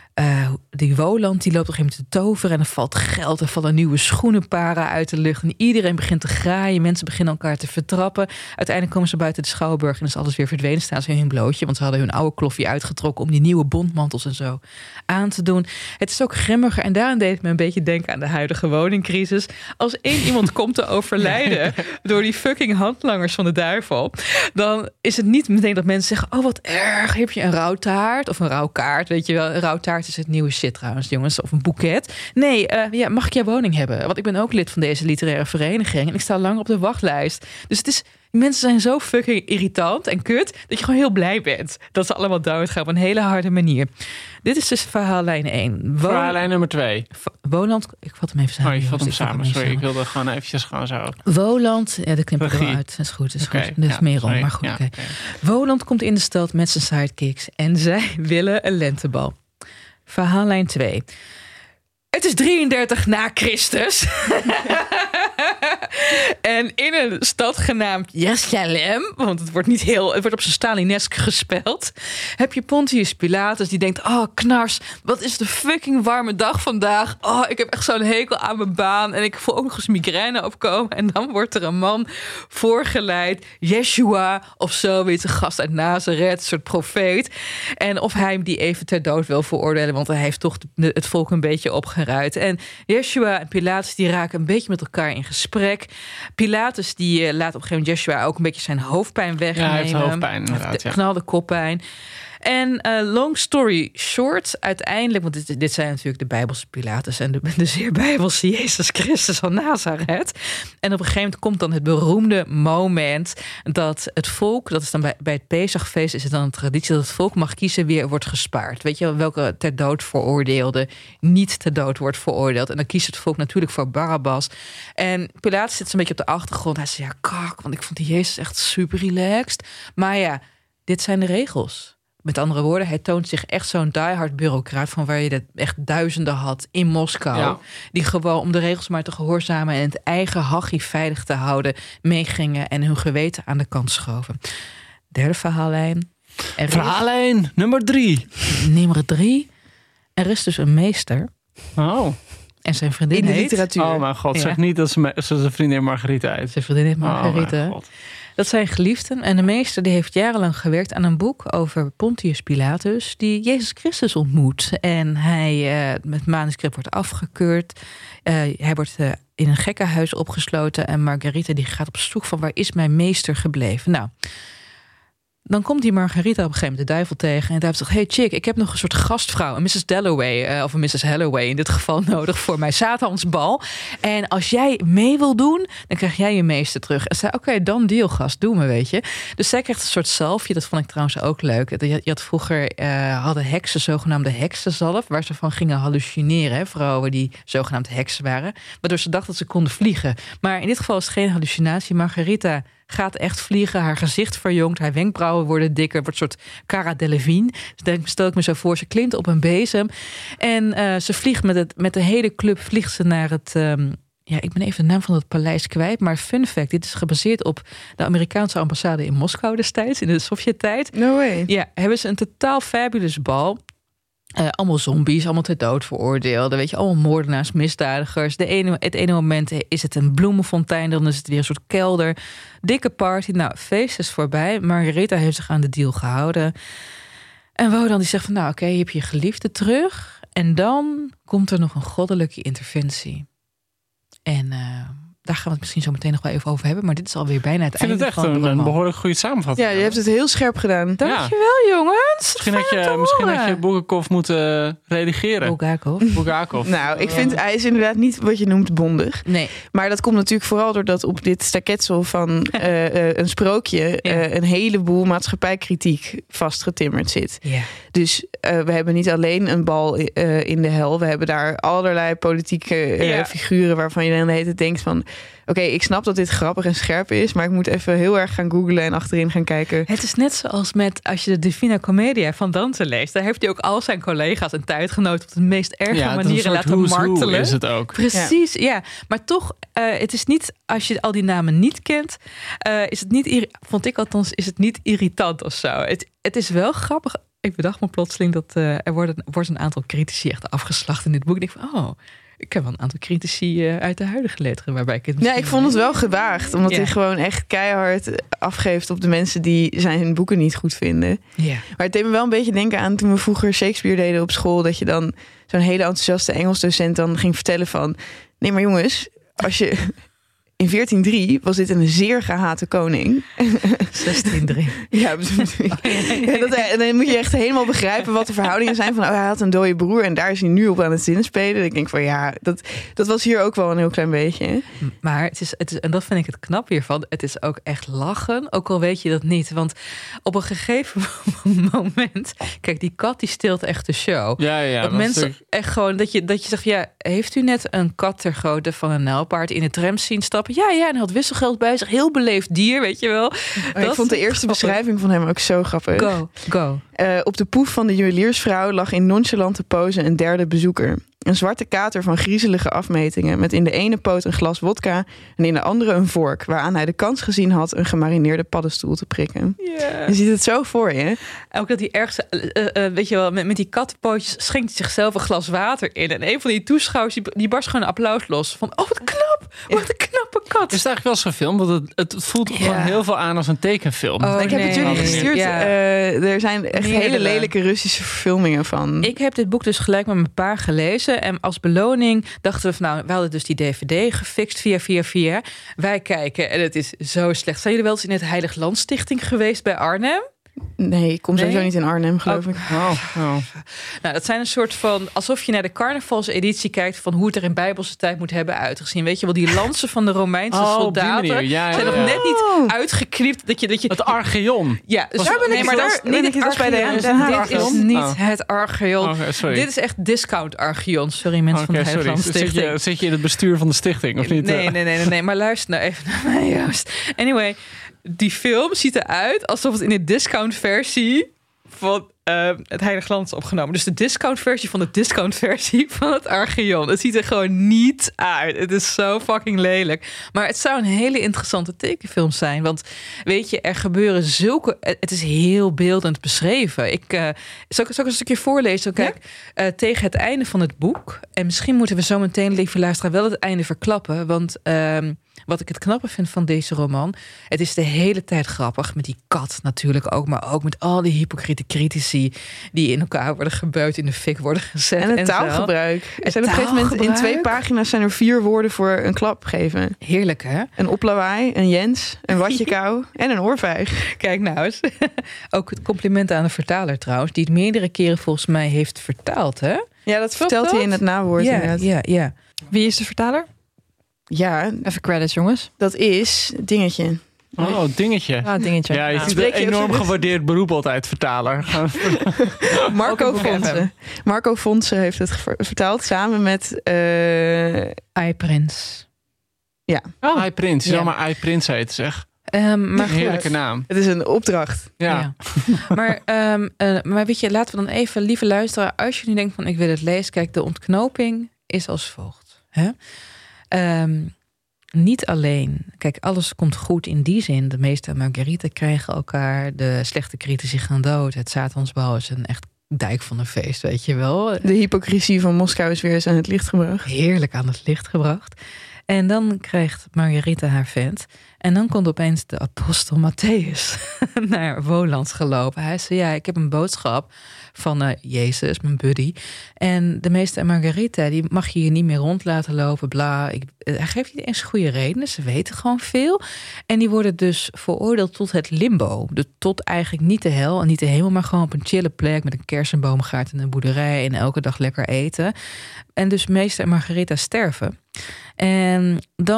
[SPEAKER 6] Woland, die loopt op een gegeven moment te toveren en er valt geld, er vallen nieuwe schoenenparen uit de lucht en iedereen begint te graaien, mensen beginnen elkaar te vertrappen. Uiteindelijk komen ze buiten de Schouwburg en is alles weer verdwenen, staan ze in hun blootje, want ze hadden hun oude kloffie uitgetrokken om die nieuwe bondmantels en zo aan te doen. Het is ook grimmiger en daarin deed het me een beetje denken aan de huidige woningcrisis. Als iemand komt te overlijden door die fucking handlangers van de duivel, dan is het niet meteen dat mensen zeggen, oh wat erg, heb je een rouwtaart of een rouwkaart, weet je wel, een rouwtaart is het nieuwe shit trouwens, jongens. Of een boeket. Nee, mag ik jouw woning hebben? Want ik ben ook lid van deze literaire vereniging. En ik sta lang op de wachtlijst. Dus het is, mensen zijn zo fucking irritant en kut, dat je gewoon heel blij bent dat ze allemaal doodgaan op een hele harde manier. Dit is dus verhaallijn 1.
[SPEAKER 7] Verhaallijn nummer 2.
[SPEAKER 6] Woland, ik vat hem even samen.
[SPEAKER 7] Oh, je vat hem samen. Sorry, ik wilde gewoon eventjes gewoon zo.
[SPEAKER 6] Woland, ja, dat knippen we wel uit. Dat is goed, goed. Dat is Merel, maar goed. Okay. Woland komt in de stad met zijn sidekicks en zij willen een lentebal. Verhaallijn 2. Het is 33 na Christus. En in een stad genaamd Jerusalem, want het wordt op zijn Stalinesk gespeld, heb je Pontius Pilatus die denkt, oh knars, wat is de fucking warme dag vandaag. Oh, ik heb echt zo'n hekel aan mijn baan en ik voel ook nog eens migraine opkomen. En dan wordt er een man voorgeleid, Yeshua of zoiets, een gast uit Nazareth, een soort profeet. En of hij hem die even ter dood wil veroordelen, want hij heeft toch het volk een beetje opgeruid. En Yeshua en Pilatus die raken een beetje met elkaar in gesprek. Pilatus die laat op een gegeven moment Yeshua ook een beetje zijn hoofdpijn wegnemen. Ja,
[SPEAKER 7] hij heeft hoofdpijn inderdaad.
[SPEAKER 6] Knalde koppijn. En long story short, uiteindelijk, want dit zijn natuurlijk de Bijbelse Pilatus en de zeer Bijbelse Jezus Christus van Nazareth. En op een gegeven moment komt dan het beroemde moment dat het volk, dat is dan bij het Pesachfeest, is het dan een traditie dat het volk mag kiezen wie er wordt gespaard. Weet je welke ter dood veroordeelde niet ter dood wordt veroordeeld. En dan kiest het volk natuurlijk voor Barabbas. En Pilatus zit een beetje op de achtergrond. Hij zegt, ja kak, want ik vond die Jezus echt super relaxed. Maar ja, dit zijn de regels. Met andere woorden, hij toont zich echt zo'n diehard bureaucraat van waar je dat echt duizenden had in Moskou. Ja. Die gewoon om de regels maar te gehoorzamen en het eigen hachie veilig te houden meegingen en hun geweten aan de kant schoven. Derde verhaallijn.
[SPEAKER 7] Verhaallijn nummer 3.
[SPEAKER 6] Nummer 3. Er is dus een meester.
[SPEAKER 7] Oh.
[SPEAKER 6] En zijn vriendin
[SPEAKER 5] in de
[SPEAKER 6] heet...
[SPEAKER 5] literatuur.
[SPEAKER 7] Oh mijn god, zeg niet dat ze zijn vriendin Margarita heet.
[SPEAKER 6] Zijn vriendin heet Margarita.
[SPEAKER 7] Oh,
[SPEAKER 6] dat zijn geliefden. En de meester die heeft jarenlang gewerkt aan een boek over Pontius Pilatus, die Jezus Christus ontmoet. En hij met manuscript wordt afgekeurd. Hij wordt in een gekkenhuis opgesloten. En Margarita die gaat op zoek van waar is mijn meester gebleven. Nou, dan komt die Margarita op een gegeven moment de duivel tegen. En de duivel zegt, hey chick, ik heb nog een soort gastvrouw. Een Mrs. Dalloway, of een Mrs. Holloway in dit geval nodig voor mijn Satansbal. En als jij mee wil doen, dan krijg jij je meeste terug. En zei, oké, dan deal gast, doe me, weet je. Dus zij krijgt een soort zalfje. Dat vond ik trouwens ook leuk. Je had vroeger, hadden heksen zogenaamde heksenzalf, waar ze van gingen hallucineren. Hè? Vrouwen die zogenaamd heksen waren. Waardoor ze dachten dat ze konden vliegen. Maar in dit geval is het geen hallucinatie. Margarita gaat echt vliegen, haar gezicht verjongt, haar wenkbrauwen worden dikker, wordt een soort Cara Delevingne. Dus stel ik me zo voor, ze klimt op een bezem en ze vliegt met de hele club vliegt ze naar het ik ben even de naam van het paleis kwijt, maar fun fact, dit is gebaseerd op de Amerikaanse ambassade in Moskou destijds, in de Sovjet-tijd.
[SPEAKER 5] No way.
[SPEAKER 6] Ja, hebben ze een totaal fabulous bal. Allemaal zombies, allemaal ter dood veroordeelden. Weet je, allemaal moordenaars, misdadigers. Het ene moment is het een bloemenfontein, dan is het weer een soort kelder. Dikke party. Nou, feest is voorbij. Margarita heeft zich aan de deal gehouden. En Wodan die zegt van, nou oké, je hebt je geliefde terug. En dan komt er nog een goddelijke interventie. En daar gaan we het misschien zo meteen nog wel even over hebben. Maar dit is alweer bijna het einde van de roman.
[SPEAKER 7] Ik vind het echt een behoorlijk goede samenvatting.
[SPEAKER 5] Ja, je hebt het heel scherp gedaan.
[SPEAKER 6] Dankjewel, jongens.
[SPEAKER 7] Misschien had je Bulgakov moeten redigeren. Bulgakov.
[SPEAKER 5] Nou, ik vind hij is inderdaad niet wat je noemt bondig.
[SPEAKER 6] Nee.
[SPEAKER 5] Maar dat komt natuurlijk vooral doordat op dit staketsel van een sprookje een heleboel maatschappijkritiek vastgetimmerd zit.
[SPEAKER 6] Ja.
[SPEAKER 5] Dus we hebben niet alleen een bal in de hel. We hebben daar allerlei politieke figuren waarvan je dan de hele tijd denkt van, oké, ik snap dat dit grappig en scherp is, maar ik moet even heel erg gaan googlen en achterin gaan kijken.
[SPEAKER 6] Het is net zoals met als je de Divina Commedia van Dante leest. Daar heeft hij ook al zijn collega's en tijdgenoten op de meest erge manieren laten martelen.
[SPEAKER 7] Is het ook.
[SPEAKER 6] Precies, ja. Maar toch, het is niet, als je al die namen niet kent, is het niet, vond ik althans, is het niet irritant of zo. Het is wel grappig. Ik bedacht me plotseling dat er wordt een aantal critici echt afgeslacht in dit boek. Ik denk van, ik heb wel een aantal critici uit de huidige letteren waarbij ik het.
[SPEAKER 5] Ja, ik vond het wel gewaagd, omdat hij gewoon echt keihard afgeeft op de mensen die zijn boeken niet goed vinden.
[SPEAKER 6] Ja.
[SPEAKER 5] Maar het deed me wel een beetje denken aan toen we vroeger Shakespeare deden op school, dat je dan zo'n hele enthousiaste Engelsdocent dan ging vertellen van, nee, maar jongens, als je in 1403 was dit een zeer gehate koning.
[SPEAKER 6] 1603.
[SPEAKER 5] Ja, en dan moet je echt helemaal begrijpen wat de verhoudingen zijn. Van, hij had een dode broer en daar is hij nu op aan het zinspelen. Ik denk van, dat was hier ook wel een heel klein beetje.
[SPEAKER 6] Maar het is, en dat vind ik het knap hiervan, het is ook echt lachen. Ook al weet je dat niet. Want op een gegeven moment, kijk, die kat die steelt echt de show.
[SPEAKER 7] Ja,
[SPEAKER 6] dat mensen echt gewoon, dat je zegt, ja, heeft u net een kat ter grootte van een nijlpaard in de tram zien stappen? Ja, en had wisselgeld bij zich. Heel beleefd dier, weet je wel.
[SPEAKER 5] Ik vond de eerste beschrijving van hem ook zo grappig.
[SPEAKER 6] Go.
[SPEAKER 5] Op de poef van de juweliersvrouw lag in nonchalante pose een derde bezoeker. Een zwarte kater van griezelige afmetingen, met in de ene poot een glas wodka en in de andere een vork, waaraan hij de kans gezien had een gemarineerde paddenstoel te prikken.
[SPEAKER 6] Yeah.
[SPEAKER 5] Je ziet het zo voor je.
[SPEAKER 6] Ook dat hij ergens, weet je wel, met die kattenpootjes schenkt hij zichzelf een glas water in. En een van die toeschouwers die barst gewoon een applaus los. Van, wat knap! Wat een knappe kat!
[SPEAKER 7] Is het eigenlijk wel eens gefilmd? Want het voelt gewoon heel veel aan als een tekenfilm.
[SPEAKER 5] Ik heb het jullie gestuurd.
[SPEAKER 6] Ja.
[SPEAKER 5] Er zijn echt hele lelijke Russische verfilmingen van.
[SPEAKER 6] Ik heb dit boek dus gelijk met mijn pa gelezen. En als beloning dachten we van, nou, we hadden dus die DVD gefixt via. Wij kijken en het is zo slecht. Zijn jullie wel eens in het Heilig Land Stichting geweest bij Arnhem?
[SPEAKER 5] Nee, ik kom sowieso niet in Arnhem, geloof ik.
[SPEAKER 7] Oh.
[SPEAKER 6] Nou, dat zijn een soort van, alsof je naar de carnavalseditie kijkt van hoe het er in Bijbelse tijd moet hebben uitgezien. Weet je wel, die lansen van de Romeinse soldaten zijn nog net niet uitgeknipt. Dat je
[SPEAKER 7] het Archeon.
[SPEAKER 6] Ja, dus
[SPEAKER 5] daar ben ik. Maar daar niet het Archeon.
[SPEAKER 6] Dit is niet het Archeon.
[SPEAKER 7] Okay,
[SPEAKER 6] dit is echt discount Archeon. Sorry, mensen van de Heilige Land Stichting.
[SPEAKER 7] Zit je in het bestuur van de stichting of niet?
[SPEAKER 6] Nee. Maar luister nou even naar mij, Joost. Anyway, die film ziet eruit alsof het in de discount-versie van het Heilige Land is opgenomen. Dus de discount-versie van de discount-versie van het Archeon. Het ziet er gewoon niet uit. Het is zo fucking lelijk. Maar het zou een hele interessante tekenfilm zijn. Want weet je, er gebeuren zulke... Het is heel beeldend beschreven. Zal ik een stukje voorlezen? Kijk, tegen het einde van het boek... En misschien moeten we zo meteen, lieve luisteraar, wel het einde verklappen. Want... wat ik het knappe vind van deze roman... het is de hele tijd grappig met die kat natuurlijk ook... maar ook met al die hypocriete critici... politie die in elkaar worden gebeut, in de fik worden gezet.
[SPEAKER 5] En het
[SPEAKER 6] zo.
[SPEAKER 5] taalgebruik. Er zijn op een gegeven moment in 2 pagina's zijn er 4 woorden voor een klap geven.
[SPEAKER 6] Heerlijk, hè?
[SPEAKER 5] Een oplawaai, een Jens, een watje kou en een oorvijg.
[SPEAKER 6] Kijk nou eens. Ook het compliment aan de vertaler trouwens, die het meerdere keren volgens mij heeft vertaald, hè?
[SPEAKER 5] Ja, dat vertelt hij in het nawoord.
[SPEAKER 6] Ja.
[SPEAKER 9] Wie is de vertaler?
[SPEAKER 5] Ja,
[SPEAKER 9] Even credits, jongens.
[SPEAKER 5] dat is Dingetje.
[SPEAKER 7] Oh, Dingetje.
[SPEAKER 9] Ah, dingetje.
[SPEAKER 7] Ja, je ziet
[SPEAKER 5] Spreek
[SPEAKER 7] een
[SPEAKER 5] je
[SPEAKER 7] enorm
[SPEAKER 5] even-
[SPEAKER 7] gewaardeerd beroep altijd, vertaler.
[SPEAKER 5] Marco Fonse. Marco Fonse heeft het vertaald samen met...
[SPEAKER 6] iPrins.
[SPEAKER 7] Ai Prins, je
[SPEAKER 6] Ja.
[SPEAKER 7] zou maar Ai Prins heten, zeg.
[SPEAKER 6] Maar goed.
[SPEAKER 7] Heerlijke naam.
[SPEAKER 5] Het is een opdracht.
[SPEAKER 7] Ja.
[SPEAKER 6] Maar weet je, laten we dan even, lieve luisteren, als je nu denkt van ik wil het lezen, kijk, de ontknoping is als volgt. Hè? Niet alleen, kijk, alles komt goed in die zin. De meeste en Marguerite krijgen elkaar, de slechte critici gaan dood. Het Satansbal is een echt dijk van een feest, weet je wel.
[SPEAKER 5] De hypocrisie van Moskou is weer eens aan het licht gebracht.
[SPEAKER 6] Heerlijk aan het licht gebracht. En dan krijgt Marguerite haar vent. En dan komt opeens de apostel Matthäus naar Woland gelopen. Hij zei, ja, ik heb een boodschap van Jezus, mijn buddy. En de meester en Marguerite, die mag je hier niet meer rond laten lopen, bla. Hij geeft niet eens goede redenen, ze weten gewoon veel. En die worden dus veroordeeld tot het limbo. Tot eigenlijk niet de hel en niet de hemel, maar gewoon op een chille plek met een kersenboomgaard en een boerderij en elke dag lekker eten. En dus meester en Margaretha sterven. En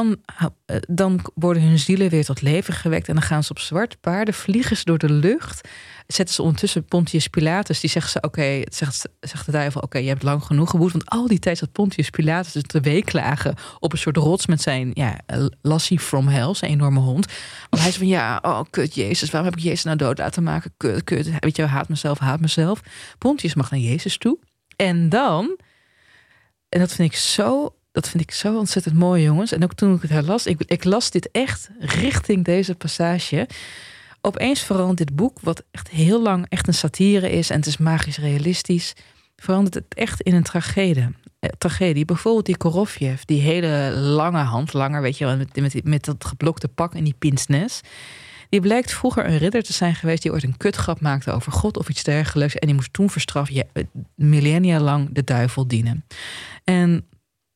[SPEAKER 6] dan worden hun zielen weer tot leven gewekt. En dan gaan ze op zwarte paarden, vliegen ze door de lucht. Zetten ze ondertussen Pontius Pilatus. Die zegt ze, zegt de duivel, oké, je hebt lang genoeg gewoed. Want al die tijd zat Pontius Pilatus dus te weeklagen op een soort rots met zijn lassie from hell, zijn enorme hond. Want hij zei van, kut Jezus, waarom heb ik Jezus nou dood laten maken? Kut, weet je, haat mezelf. Pontius mag naar Jezus toe. En dan, en dat vind ik zo ontzettend mooi, jongens. En ook toen ik het herlas, ik las dit echt richting deze passage. Opeens verandert dit boek, wat echt heel lang echt een satire is en het is magisch realistisch, verandert het echt in een tragedie. Bijvoorbeeld die Korofjev, die hele lange hand, weet je wel, met dat geblokte pak en die pince-nez. Die blijkt vroeger een ridder te zijn geweest die ooit een kutgrap maakte over God of iets dergelijks. En die moest toen verstraft, millennia lang de duivel dienen. En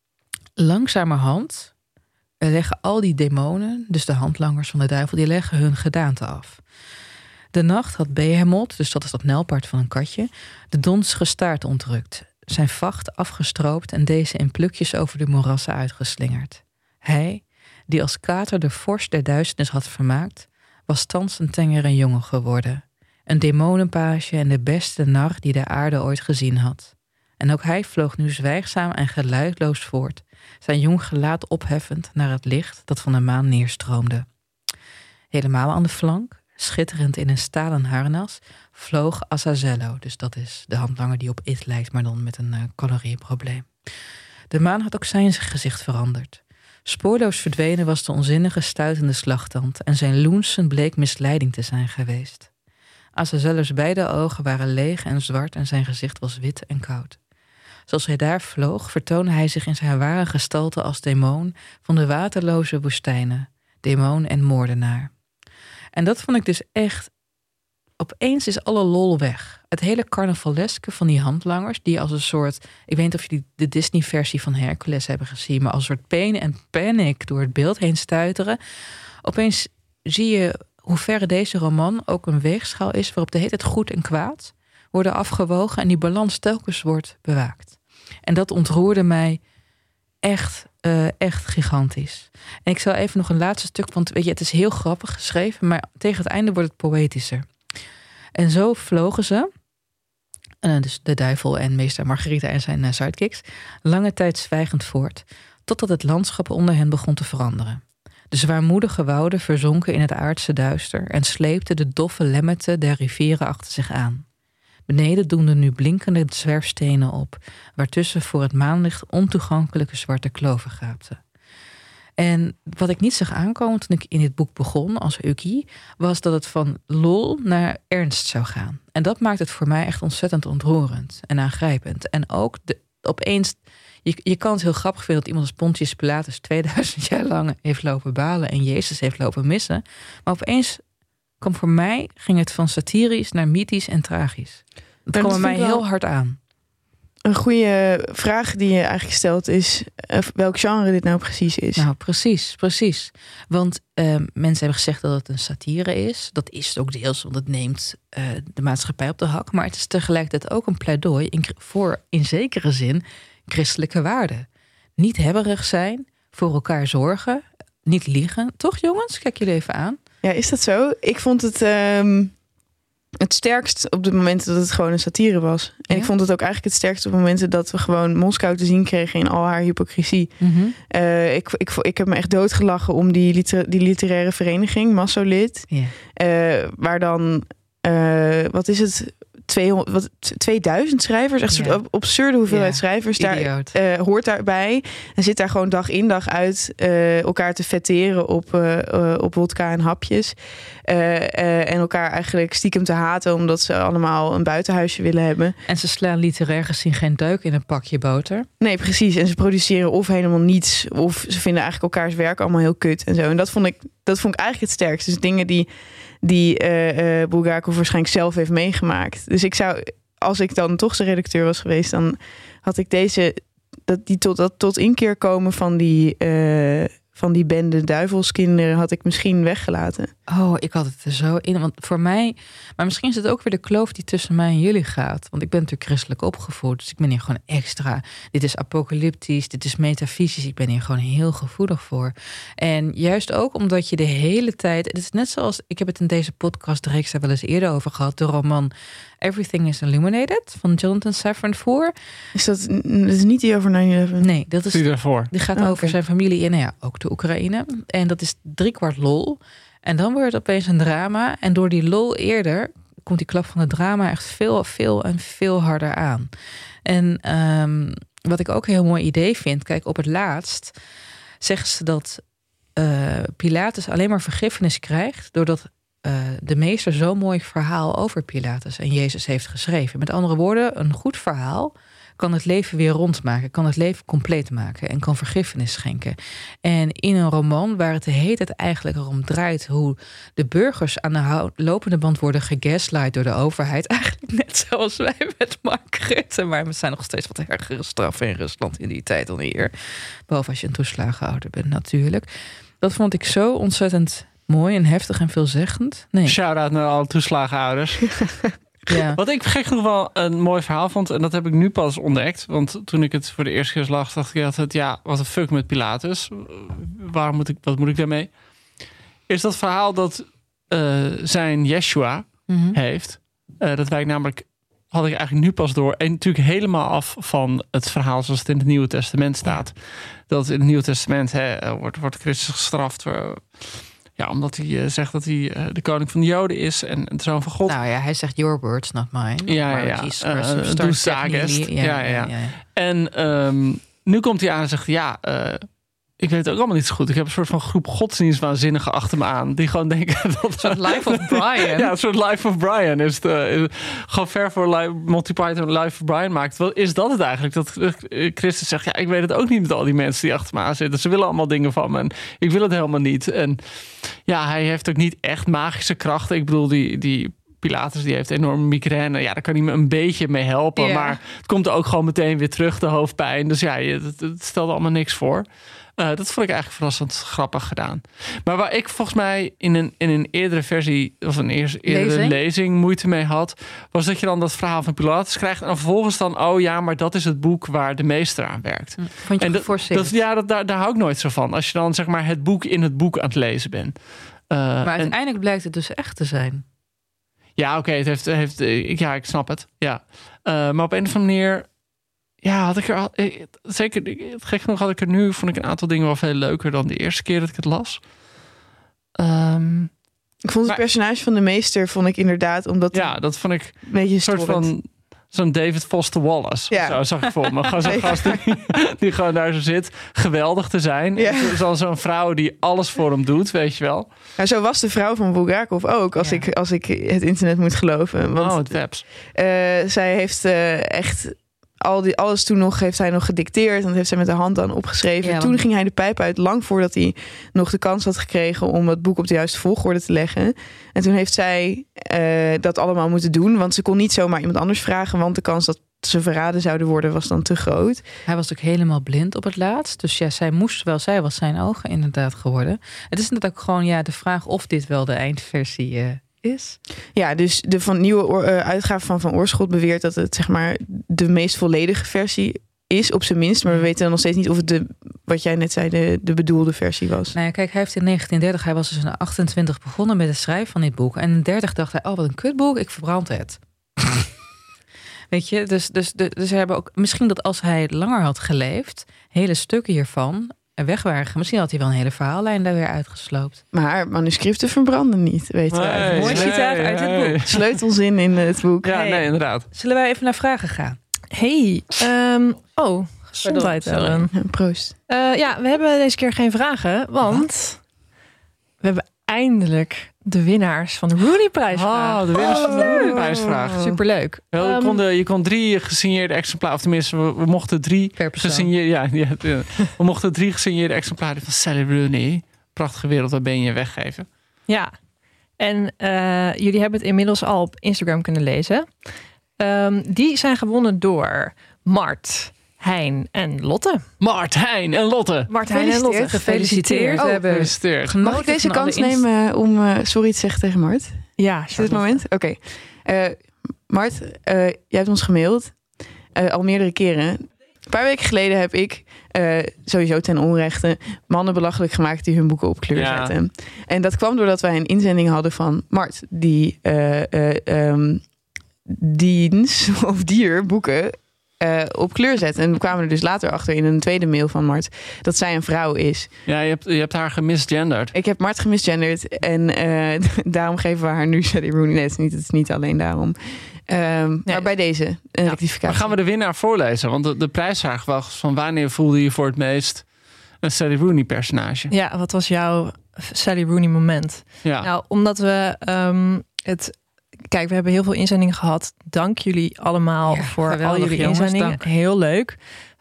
[SPEAKER 6] langzamerhand leggen al die demonen, dus de handlangers van de duivel, die leggen hun gedaante af. De nacht had Behemoth, dus dat is dat nijlpaard van een katje, de donsige staart ontrukt, zijn vacht afgestroopt en deze in plukjes over de moerassen uitgeslingerd. Hij, die als kater de vorst der duisternis had vermaakt, was thans een tengere jongen geworden. Een demonenpage en de beste nar die de aarde ooit gezien had. En ook hij vloog nu zwijgzaam en geluidloos voort, zijn jong gelaat opheffend naar het licht dat van de maan neerstroomde. Helemaal aan de flank, schitterend in een stalen harnas, vloog Azazello, dus dat is de handlanger die op It lijkt, maar dan met een calorieprobleem. De maan had ook zijn gezicht veranderd. Spoorloos verdwenen was de onzinnige stuitende slagtand en zijn loensen bleek misleiding te zijn geweest. Azazello's beide ogen waren leeg en zwart en zijn gezicht was wit en koud. Zoals hij daar vloog, vertoonde hij zich in zijn ware gestalte als demon van de waterloze woestijnen, demon en moordenaar. En dat vond ik dus echt, opeens is alle lol weg. Het hele carnavaleske van die handlangers, die als een soort, ik weet niet of jullie de Disney-versie van Hercules hebben gezien, maar als een soort pain en panic door het beeld heen stuiteren. Opeens zie je hoe ver deze roman ook een weegschaal is waarop de hele tijd goed en kwaad worden afgewogen en die balans telkens wordt bewaakt. En dat ontroerde mij echt gigantisch. En ik zal even nog een laatste stuk, want weet je, het is heel grappig geschreven, maar tegen het einde wordt het poëtischer. En zo vlogen ze, dus de duivel en meester Margaretha en zijn sidekicks, lange tijd zwijgend voort, totdat het landschap onder hen begon te veranderen. De zwaarmoedige wouden verzonken in het aardse duister en sleepten de doffe lemmetten der rivieren achter zich aan. Beneden doemden nu blinkende zwerfstenen op, waartussen voor het maanlicht ontoegankelijke zwarte kloven gaapten. En wat ik niet zag aankomen toen ik in dit boek begon als Uki, was dat het van lol naar ernst zou gaan. En dat maakt het voor mij echt ontzettend ontroerend en aangrijpend. En ook opeens, je kan het heel grappig vinden dat iemand als Pontius Pilatus 2000 jaar lang heeft lopen balen en Jezus heeft lopen missen. Maar opeens ging het van satirisch naar mythisch en tragisch. Het kwam bij mij heel hard aan.
[SPEAKER 5] Een goede vraag die je eigenlijk stelt is welk genre dit nou precies is.
[SPEAKER 6] Nou, precies. Want mensen hebben gezegd dat het een satire is. Dat is het ook deels, want het neemt de maatschappij op de hak. Maar het is tegelijkertijd ook een pleidooi voor in zekere zin christelijke waarden. Niet hebberig zijn, voor elkaar zorgen, niet liegen. Toch jongens? Kijk jullie even aan.
[SPEAKER 5] Ja, is dat zo? Ik vond het sterkst op de momenten dat het gewoon een satire was. En ik vond het ook eigenlijk het sterkst op de momenten dat we gewoon Moskou te zien kregen in al haar hypocrisie.
[SPEAKER 6] Mm-hmm.
[SPEAKER 5] Ik heb me echt doodgelachen om die literaire vereniging, Massolid.
[SPEAKER 6] Yeah.
[SPEAKER 5] Waar dan, wat is het, 2000 schrijvers, echt een soort absurde hoeveelheid schrijvers. Daar hoort daarbij en zit daar gewoon dag in dag uit elkaar te vetteren op wodka en hapjes. En elkaar eigenlijk stiekem te haten omdat ze allemaal een buitenhuisje willen hebben.
[SPEAKER 6] En ze slaan literair gezien geen duik in een pakje boter.
[SPEAKER 5] Nee, precies. En ze produceren of helemaal niets, of ze vinden eigenlijk elkaars werk allemaal heel kut en zo. En dat vond ik eigenlijk het sterkst. Dus dingen die Bulgakov waarschijnlijk zelf heeft meegemaakt. Dus ik zou, als ik dan toch zijn redacteur was geweest, dan had ik die tot inkeer komen van die bende duivelskinderen had ik misschien weggelaten.
[SPEAKER 6] Oh, ik had het er zo in. Want voor mij, maar misschien is het ook weer de kloof die tussen mij en jullie gaat. Want ik ben natuurlijk christelijk opgevoed, dus ik ben hier gewoon extra. Dit is apocalyptisch, dit is metafysisch. Ik ben hier gewoon heel gevoelig voor. En juist ook omdat je de hele tijd, het is net zoals, ik heb het in deze podcast reeks daar wel eens eerder over gehad, de roman Everything is Illuminated van Jonathan Safran Foer.
[SPEAKER 5] Dat is niet die over 9/11?
[SPEAKER 6] Nee, dat is
[SPEAKER 7] die daarvoor.
[SPEAKER 6] Die gaat over zijn familie in, ook de Oekraïne. En dat is 3/4 lol. En dan wordt het opeens een drama. En door die lol eerder komt die klap van het drama echt veel harder aan. En wat ik ook een heel mooi idee vind, kijk, op het laatst zeggen ze dat Pilatus alleen maar vergiffenis krijgt doordat de meester zo'n mooi verhaal over Pilatus en Jezus heeft geschreven. Met andere woorden, een goed verhaal kan het leven weer rondmaken, kan het leven compleet maken en kan vergiffenis schenken. En in een roman waar het de hele tijd eigenlijk erom draait hoe de burgers aan de lopende band worden gegaslight door de overheid, eigenlijk net zoals wij met Mark Rutte, maar we zijn nog steeds wat ergere straffen in Rusland in die tijd dan hier. Behalve als je een toeslagenhouder bent natuurlijk. Dat vond ik zo ontzettend mooi en heftig en veelzeggend. Nee.
[SPEAKER 7] Shout-out naar alle toeslagenhouders.
[SPEAKER 6] Ja.
[SPEAKER 7] Wat ik gek genoeg wel een mooi verhaal vond, en dat heb ik nu pas ontdekt, want toen ik het voor de eerste keer las, dacht ik altijd, wat een fuck met Pilatus. Wat moet ik daarmee? Is dat verhaal dat zijn Yeshua heeft. Dat wij namelijk, had ik eigenlijk nu pas door, en natuurlijk helemaal af van het verhaal zoals het in het Nieuwe Testament staat. Dat in het Nieuwe Testament wordt Christus gestraft omdat hij zegt dat hij de koning van de Joden is en de zoon van God.
[SPEAKER 6] Nou ja, hij zegt your words, not mine.
[SPEAKER 7] Doe sagest. Ja. En nu komt hij aan en zegt, ik weet het ook allemaal niet zo goed. Ik heb een soort van groep godsdienstwaanzinnigen achter me aan. Die gewoon denken dat...
[SPEAKER 6] Een soort Life of Brian.
[SPEAKER 7] Ja, een soort Life of Brian. Is gewoon ver voor Monty Python Life of Brian maakt. Wat is dat het eigenlijk? Dat Christus zegt, ik weet het ook niet met al die mensen die achter me aan zitten. Ze willen allemaal dingen van me. En ik wil het helemaal niet. En hij heeft ook niet echt magische krachten. Ik bedoel, die Pilatus die heeft enorme migraine. Ja, daar kan hij me een beetje mee helpen. Yeah. Maar het komt er ook gewoon meteen weer terug, de hoofdpijn. Dus het stelde allemaal niks voor. Dat vond ik eigenlijk verrassend grappig gedaan. Maar waar ik volgens mij in een eerdere versie of een eerdere lezing moeite mee had, was dat je dan dat verhaal van Pilatus krijgt en dan vervolgens dan, maar dat is het boek waar de meester aan werkt.
[SPEAKER 6] Vond je geforceerd?
[SPEAKER 7] Daar hou ik nooit zo van. Als je dan zeg maar het boek in het boek aan het lezen bent.
[SPEAKER 6] Maar uiteindelijk blijkt het dus echt te zijn.
[SPEAKER 7] Ja, oké, het heeft ik snap het. Ja. Maar op een of andere manier had ik er zeker, gek genoeg had ik er nu, vond ik een aantal dingen wel veel leuker dan de eerste keer dat ik het las.
[SPEAKER 5] Ik vond het personage van de meester, vond ik inderdaad, omdat
[SPEAKER 7] dat vond ik
[SPEAKER 5] een beetje
[SPEAKER 7] een soort van zo'n David Foster Wallace.
[SPEAKER 5] Ja.
[SPEAKER 7] Zo zag ik voor me. Gewoon zo'n gast die gewoon daar zo zit, geweldig te zijn. Ja. Zo'n vrouw die alles voor hem doet, weet je wel.
[SPEAKER 5] Nou, zo was de vrouw van Bulgakov ook, als ik het internet moet geloven. Want,
[SPEAKER 7] het webs.
[SPEAKER 5] Zij heeft echt alles toen nog heeft hij nog gedicteerd. En dat heeft zij met de hand dan opgeschreven.
[SPEAKER 6] Ja,
[SPEAKER 5] Toen
[SPEAKER 6] want-
[SPEAKER 5] ging hij de pijp uit, lang voordat hij nog de kans had gekregen om het boek op de juiste volgorde te leggen. En toen heeft zij dat allemaal moeten doen. Want ze kon niet zomaar iemand anders vragen. Want de kans dat ze verraden zouden worden was dan te groot.
[SPEAKER 6] Hij was ook helemaal blind op het laatst. Dus ja, zij was zijn ogen inderdaad geworden. Het is inderdaad ook gewoon de vraag of dit wel de eindversie is.
[SPEAKER 5] Ja, dus de nieuwe uitgave van Oorschot beweert dat het zeg maar de meest volledige versie is, op zijn minst. Maar we weten dan nog steeds niet of het wat jij net zei, de bedoelde versie was.
[SPEAKER 6] Nou ja, kijk, hij heeft in 1930, hij was dus in 28 begonnen met het schrijven van dit boek. En in 30 dacht hij, wat een kutboek, ik verbrand het. Weet je, dus ze hebben ook, misschien dat als hij langer had geleefd, hele stukken hiervan weg waren. Misschien had hij wel een hele verhaallijn daar weer uitgesloopt.
[SPEAKER 5] Maar manuscripten verbranden niet, weten we.
[SPEAKER 6] Mooi citaat uit het boek.
[SPEAKER 5] Sleutelzin in het boek.
[SPEAKER 7] Ja, nee, inderdaad.
[SPEAKER 6] Zullen wij even naar vragen gaan?
[SPEAKER 9] Hey, gezondheid,
[SPEAKER 6] Sorry.
[SPEAKER 9] Ellen.
[SPEAKER 5] Proost.
[SPEAKER 9] Ja, we hebben deze keer geen vragen, want we hebben eindelijk de winnaars van de Rooney-prijsvraag.
[SPEAKER 7] De winnaars van de Rooney-prijsvraag.
[SPEAKER 9] Superleuk.
[SPEAKER 7] Je kon 3 gesigneerde exemplaren, of tenminste, we mochten 3
[SPEAKER 6] per persoon.
[SPEAKER 7] gesigneerde. We mochten 3 gesigneerde exemplaren van Sally Rooney. Prachtige wereld, waar ben je weggeven?
[SPEAKER 9] Ja, en jullie hebben het inmiddels al op Instagram kunnen lezen. Die zijn gewonnen door Mart, Hein en Lotte.
[SPEAKER 7] Mart, Hein en Lotte.
[SPEAKER 9] Mart, Hein en Lotte, gefeliciteerd.
[SPEAKER 6] We hebben
[SPEAKER 7] Gefeliciteerd.
[SPEAKER 5] Mag ik deze kans nemen om sorry te zeggen tegen Mart?
[SPEAKER 9] Ja,
[SPEAKER 5] Is dit het moment? Oké. Mart, jij hebt ons gemaild. Al meerdere keren. Een paar weken geleden heb ik sowieso ten onrechte mannen belachelijk gemaakt die hun boeken op kleur zetten. En dat kwam doordat wij een inzending hadden van Mart, die diens of dier boeken op kleur zet. En we kwamen er dus later achter in een tweede mail van Mart dat zij een vrouw is.
[SPEAKER 7] Ja, je hebt haar gemisgenderd.
[SPEAKER 5] Ik heb Mart gemisgenderd en daarom geven we haar nu Sally Rooney. Nee, het is niet alleen daarom. Maar bij deze een rectificatie.
[SPEAKER 7] Maar gaan we de winnaar voorlezen? Want de prijsvraag was van wanneer voelde je voor het meest een Sally Rooney personage?
[SPEAKER 9] Ja, wat was jouw Sally Rooney moment?
[SPEAKER 7] Ja.
[SPEAKER 9] Nou, omdat we Kijk, we hebben heel veel inzendingen gehad. Dank jullie allemaal voor al jullie inzendingen.
[SPEAKER 6] Dank.
[SPEAKER 9] Heel leuk.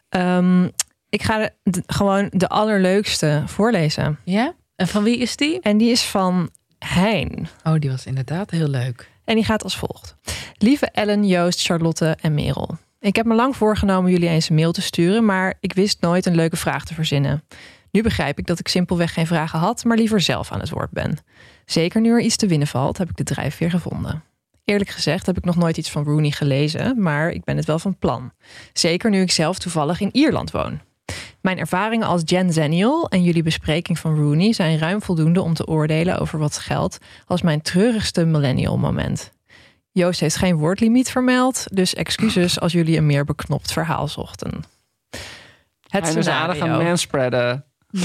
[SPEAKER 9] Ik ga gewoon de allerleukste voorlezen.
[SPEAKER 6] Ja? En van wie is die?
[SPEAKER 9] En die is van Hein.
[SPEAKER 6] Oh, die was inderdaad heel leuk.
[SPEAKER 9] En die gaat als volgt. Lieve Ellen, Joost, Charlotte en Merel. Ik heb me lang voorgenomen jullie eens een mail te sturen, maar ik wist nooit een leuke vraag te verzinnen. Nu begrijp ik dat ik simpelweg geen vragen had, maar liever zelf aan het woord ben. Zeker nu er iets te winnen valt, heb ik de drijfveer gevonden. Eerlijk gezegd heb ik nog nooit iets van Rooney gelezen, maar ik ben het wel van plan. Zeker nu ik zelf toevallig in Ierland woon. Mijn ervaringen als Gen Zennial en jullie bespreking van Rooney zijn ruim voldoende om te oordelen over wat geldt als mijn treurigste millennial moment. Joost heeft geen woordlimiet vermeld, dus excuses als jullie een meer beknopt verhaal zochten. Het
[SPEAKER 7] Hij is aardig aan manspreaden.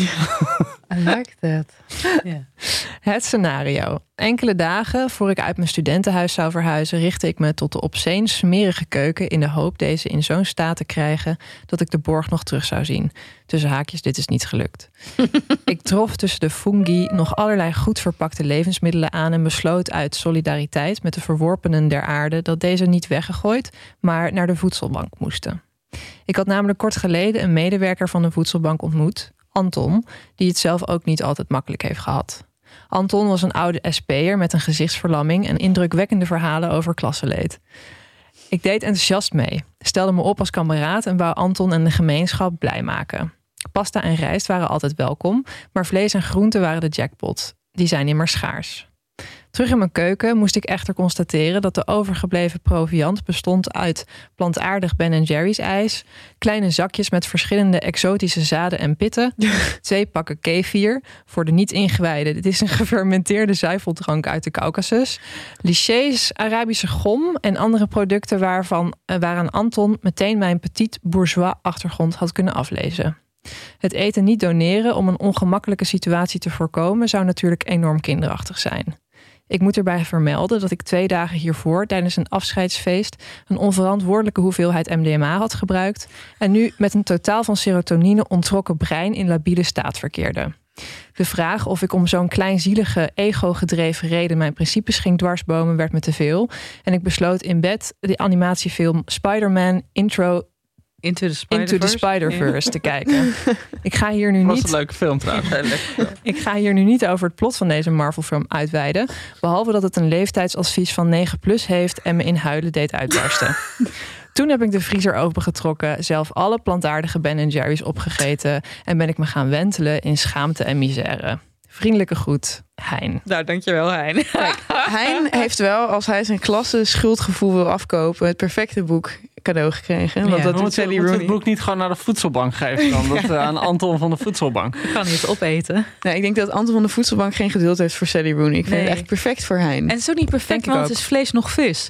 [SPEAKER 6] I like that. Yeah.
[SPEAKER 9] Het scenario. Enkele dagen voor ik uit mijn studentenhuis zou verhuizen, richtte ik me tot de obscene smerige keuken in de hoop deze in zo'n staat te krijgen dat ik de borg nog terug zou zien. Tussen haakjes, dit is niet gelukt. Ik trof tussen de fungi nog allerlei goed verpakte levensmiddelen aan en besloot uit solidariteit met de verworpenen der aarde dat deze niet weggegooid, maar naar de voedselbank moesten. Ik had namelijk kort geleden een medewerker van de voedselbank ontmoet, Anton, die het zelf ook niet altijd makkelijk heeft gehad. Anton was een oude SP'er met een gezichtsverlamming en indrukwekkende verhalen over klassenleed. Ik deed enthousiast mee, stelde me op als kameraad en wou Anton en de gemeenschap blij maken. Pasta en rijst waren altijd welkom, maar vlees en groenten waren de jackpot. Die zijn immers schaars. Terug in mijn keuken moest ik echter constateren dat de overgebleven proviand bestond uit plantaardig Ben & Jerry's ijs, kleine zakjes met verschillende exotische zaden en pitten, 2 pakken kefir, voor de niet-ingewijden, dit is een gefermenteerde zuiveldrank uit de Caucasus, lichés, Arabische gom en andere producten waaraan Anton meteen mijn petit bourgeois achtergrond had kunnen aflezen. Het eten niet doneren om een ongemakkelijke situatie te voorkomen zou natuurlijk enorm kinderachtig zijn. Ik moet erbij vermelden dat ik 2 dagen hiervoor tijdens een afscheidsfeest een onverantwoordelijke hoeveelheid MDMA had gebruikt en nu met een totaal van serotonine onttrokken brein in labiele staat verkeerde. De vraag of ik om zo'n kleinzielige, ego-gedreven reden mijn principes ging dwarsbomen werd me te veel en ik besloot in bed de animatiefilm Spider-Man Intro
[SPEAKER 6] Into
[SPEAKER 9] the Spider-Verse te kijken. Ik ga hier nu
[SPEAKER 7] was
[SPEAKER 9] niet...
[SPEAKER 7] een leuke film trouwens.
[SPEAKER 9] Ik ga hier nu niet over het plot van deze Marvel-film uitweiden. Behalve dat het een leeftijdsadvies van 9+ heeft en me in huilen deed uitbarsten. Toen heb ik de vriezer opengetrokken, zelf alle plantaardige Ben & Jerry's opgegeten en ben ik me gaan wentelen in schaamte en misère. Vriendelijke groet, Hein.
[SPEAKER 6] Nou, dankjewel, Hein.
[SPEAKER 5] Kijk, Hein heeft wel, als hij zijn klasse schuldgevoel wil afkopen, het perfecte boek cadeau gekregen. Want dat doet Sally
[SPEAKER 7] Moeten we
[SPEAKER 5] Rooney.
[SPEAKER 7] het boek niet gewoon naar de voedselbank geven dan? Dat, aan Anton van de voedselbank.
[SPEAKER 6] Ik kan niet opeten.
[SPEAKER 5] Nee, ik denk dat Anton van de voedselbank geen geduld heeft voor Sally Rooney. Ik vind het echt perfect voor Hein.
[SPEAKER 6] En zo niet perfect,
[SPEAKER 5] Denk ik
[SPEAKER 6] want het is vlees nog vis.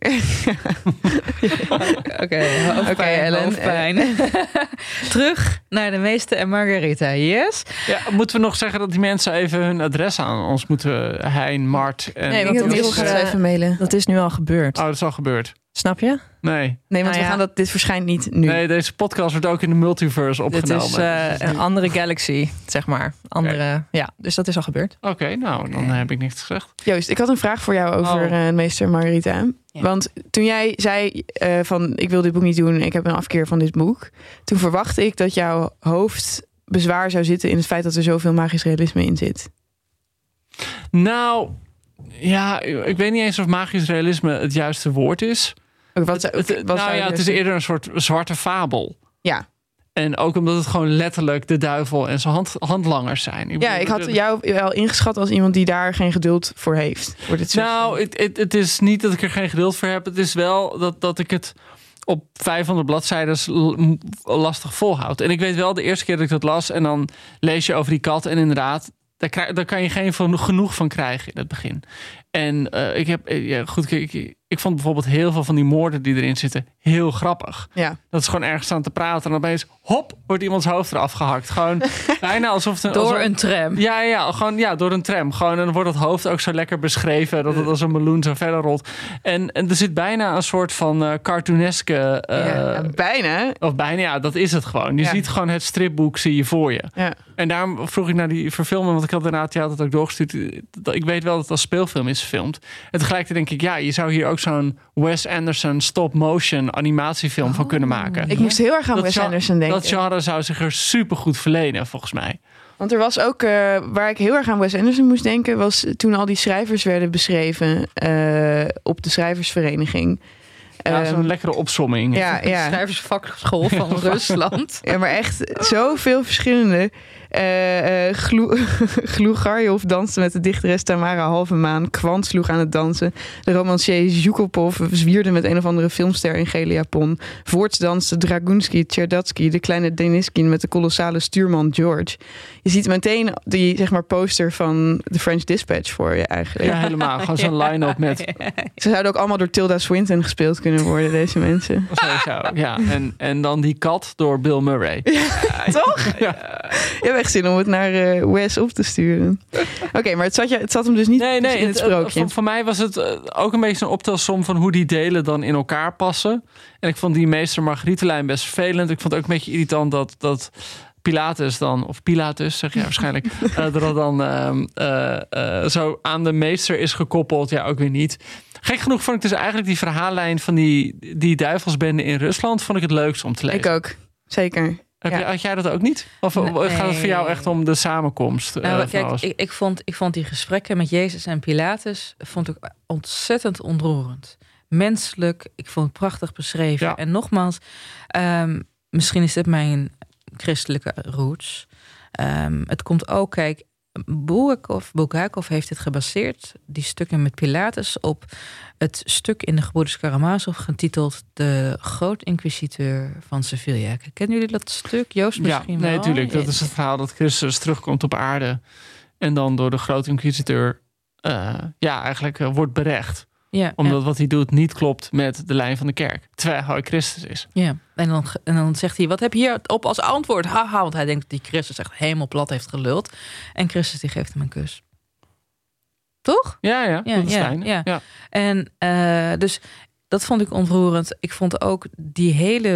[SPEAKER 6] Oké,
[SPEAKER 5] Ellen.
[SPEAKER 6] hoofdpijn. Terug naar de Meester en Margarita, yes?
[SPEAKER 7] Ja, moeten we nog zeggen dat die mensen even hun adres aan ons moeten... Hein, Mart en...
[SPEAKER 9] Nee,
[SPEAKER 5] Ik
[SPEAKER 9] want
[SPEAKER 5] denk dat
[SPEAKER 9] dat
[SPEAKER 5] Merel
[SPEAKER 9] is,
[SPEAKER 5] gaat even mailen.
[SPEAKER 9] Dat is nu al gebeurd.
[SPEAKER 7] Oh, dat is al gebeurd.
[SPEAKER 9] Snap je?
[SPEAKER 7] Nee.
[SPEAKER 5] Nee, want
[SPEAKER 9] Nou ja.
[SPEAKER 5] dit verschijnt niet nu.
[SPEAKER 7] Nee, deze podcast wordt ook in de multiverse
[SPEAKER 9] Dit
[SPEAKER 7] opgenomen.
[SPEAKER 9] is een andere galaxy, zeg maar. Ja, dus dat is al gebeurd.
[SPEAKER 7] Oké, nou, dan heb ik niks gezegd.
[SPEAKER 5] Joost, ik had een vraag voor jou over Meester Margarita.
[SPEAKER 6] Ja.
[SPEAKER 5] Want toen jij zei van ik wil dit boek niet doen, ik heb een afkeer van dit boek. Toen verwachtte ik dat jouw hoofdbezwaar zou zitten in het feit dat er zoveel magisch realisme in zit.
[SPEAKER 7] Nou, ja, ik weet niet eens of magisch realisme het juiste woord is. Het is eerder een soort zwarte fabel.
[SPEAKER 5] Ja.
[SPEAKER 7] En ook omdat het gewoon letterlijk de duivel en zijn handlangers zijn.
[SPEAKER 5] Ik had jou wel ingeschat als iemand die daar geen geduld voor heeft. Voor dit soort
[SPEAKER 7] het is niet dat ik er geen geduld voor heb. Het is wel dat ik het op 500 bladzijden lastig volhoud. En ik weet wel, de eerste keer dat ik dat las en dan lees je over die kat en inderdaad, daar kan je geen genoeg van krijgen in het begin. En ik vond bijvoorbeeld heel veel van die moorden die erin zitten heel grappig.
[SPEAKER 5] Ja.
[SPEAKER 7] Dat is gewoon ergens aan te praten en opeens, hop, wordt iemands hoofd eraf gehakt. Gewoon bijna alsof het
[SPEAKER 6] Door een tram.
[SPEAKER 7] Ja, door een tram. Gewoon, en dan wordt het hoofd ook zo lekker beschreven dat het als een meloen zo verder rolt. En er zit bijna een soort van cartooneske...
[SPEAKER 5] bijna.
[SPEAKER 7] Of bijna, ja, dat is het gewoon. Je ziet gewoon het stripboek, zie je voor je.
[SPEAKER 5] Ja.
[SPEAKER 7] En daarom vroeg ik naar die verfilming, want ik had daarna het ook doorgestuurd. Ik weet wel dat het als speelfilm is gefilmd. En tegelijkertijd denk ik, ja, je zou hier ook zo'n Wes Anderson stop-motion animatiefilm van kunnen maken.
[SPEAKER 5] Ik moest heel erg aan Wes Anderson denken.
[SPEAKER 7] Dat genre zou zich er supergoed verlenen, volgens mij.
[SPEAKER 5] Want er was ook, waar ik heel erg aan Wes Anderson moest denken, was toen al die schrijvers werden beschreven op de schrijversvereniging.
[SPEAKER 7] Ja, zo'n lekkere opsomming.
[SPEAKER 5] Ja.
[SPEAKER 6] Schrijversvakschool van Rusland.
[SPEAKER 5] Ja, maar echt zoveel verschillende. Gloegarjov danste met de dichteres Tamara Halvemaan. Kwant sloeg aan het dansen. De romancier Zhukopov zwierde met een of andere filmster in gele japon. Voorts danste Dragunsky, Tcherdatsky, de kleine Deniskin met de kolossale stuurman George. Je ziet meteen die, zeg maar, poster van The French Dispatch voor je eigenlijk.
[SPEAKER 7] Ja, helemaal. Gewoon zo'n line-up met...
[SPEAKER 5] Ze zouden ook allemaal door Tilda Swinton gespeeld kunnen worden, deze mensen.
[SPEAKER 7] Sowieso, ja. En dan die kat door Bill Murray.
[SPEAKER 5] Ja, toch? Ja. Je hebt echt zin om het naar Wes op te sturen. Oké, maar het zat hem dus niet in het sprookje.
[SPEAKER 7] Voor mij was het ook een beetje een optelsom van hoe die delen dan in elkaar passen. En ik vond die Meester Margarietenlijn best vervelend. Ik vond het ook een beetje irritant dat Pilatus dan, of Pilatus zeg je waarschijnlijk, dat dan zo aan de meester is gekoppeld. Ja, ook weer niet. Gek genoeg vond ik dus eigenlijk die verhaallijn van die duivelsbende in Rusland vond ik het leukst om te lezen.
[SPEAKER 5] Ik ook, zeker.
[SPEAKER 7] Had jij dat ook niet? Of gaat het voor jou echt om de samenkomst?
[SPEAKER 6] Kijk, ik vond die gesprekken met Jezus en Pilatus vond ik ontzettend ontroerend. Menselijk, ik vond het prachtig beschreven. Ja. En nogmaals, misschien is dit mijn christelijke roots. Het komt ook, kijk, Bulgakov heeft dit gebaseerd, die stukken met Pilatus, op het stuk in de Gebroeders Karamazov getiteld De Groot-Inquisiteur van Sevilla. Kennen jullie dat stuk? Joost misschien wel?
[SPEAKER 7] Nee, natuurlijk. Dat is het verhaal dat Christus terugkomt op aarde en dan door de Groot-Inquisiteur eigenlijk wordt berecht.
[SPEAKER 6] Ja,
[SPEAKER 7] omdat wat hij doet niet klopt met de lijn van de kerk. Terwijl hij Christus is.
[SPEAKER 6] Ja, en dan zegt hij, wat heb je hier op als antwoord? Haha, want hij denkt dat die Christus echt helemaal plat heeft geluld. En Christus die geeft hem een kus. Toch?
[SPEAKER 7] Ja, dat is fijn.
[SPEAKER 6] Ja. En dus dat vond ik ontroerend. Ik vond ook die hele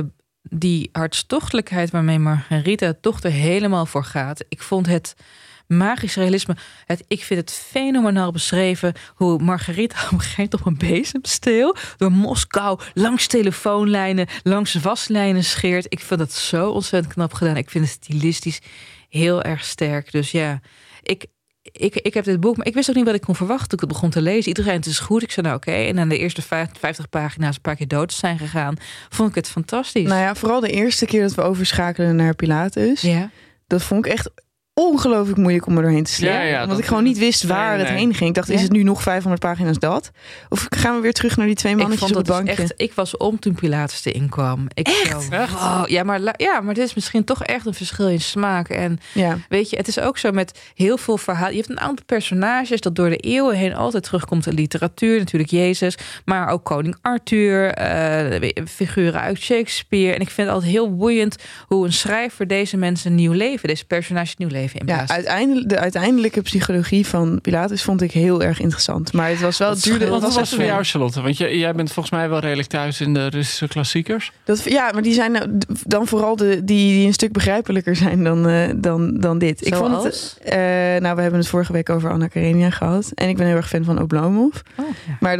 [SPEAKER 6] die hartstochtelijkheid waarmee Margarita toch er helemaal voor gaat. Ik vond het magisch realisme. Ik vind het fenomenaal beschreven hoe Margarita op een gegeven moment op een bezemsteel door Moskou langs telefoonlijnen, langs waslijnen scheert. Ik vind het zo ontzettend knap gedaan. Ik vind het stilistisch heel erg sterk. Dus ja, ik heb dit boek, maar ik wist ook niet wat ik kon verwachten toen ik het begon te lezen. Iedereen, het is goed. Ik zei oké. En aan de eerste 50 pagina's een paar keer dood zijn gegaan, vond ik het fantastisch.
[SPEAKER 5] Nou ja, vooral de eerste keer dat we overschakelen naar Pilatus. Ja. Dat vond ik echt ongelooflijk moeilijk om er doorheen te slikken. Ja, omdat ik gewoon niet wist waar het heen ging. Ik dacht, is het nu nog 500 pagina's dat? Of gaan we weer terug naar die 2 mannetjes op het bankje?
[SPEAKER 6] Echt, ik was om toen Pilatus erin kwam. Echt? Wow, maar dit is misschien toch echt een verschil in smaak. En weet je, het is ook zo met heel veel verhalen. Je hebt een aantal personages dat door de eeuwen heen altijd terugkomt in literatuur. Natuurlijk Jezus, maar ook koning Arthur, figuren uit Shakespeare. En ik vind het altijd heel boeiend hoe een schrijver deze mensen nieuw leven, deze personages nieuw leven.
[SPEAKER 5] Ja, de uiteindelijke psychologie van Pilatus vond ik heel erg interessant. Maar het was wel duurder.
[SPEAKER 7] Wat was het voor jou, Charlotte? Want jij bent volgens mij wel redelijk thuis in de Russische klassiekers.
[SPEAKER 5] Maar die zijn dan vooral die een stuk begrijpelijker zijn dan dit. Ik vond het. We hebben het vorige week over Anna Karenina gehad. En ik ben heel erg fan van Oblomov. Maar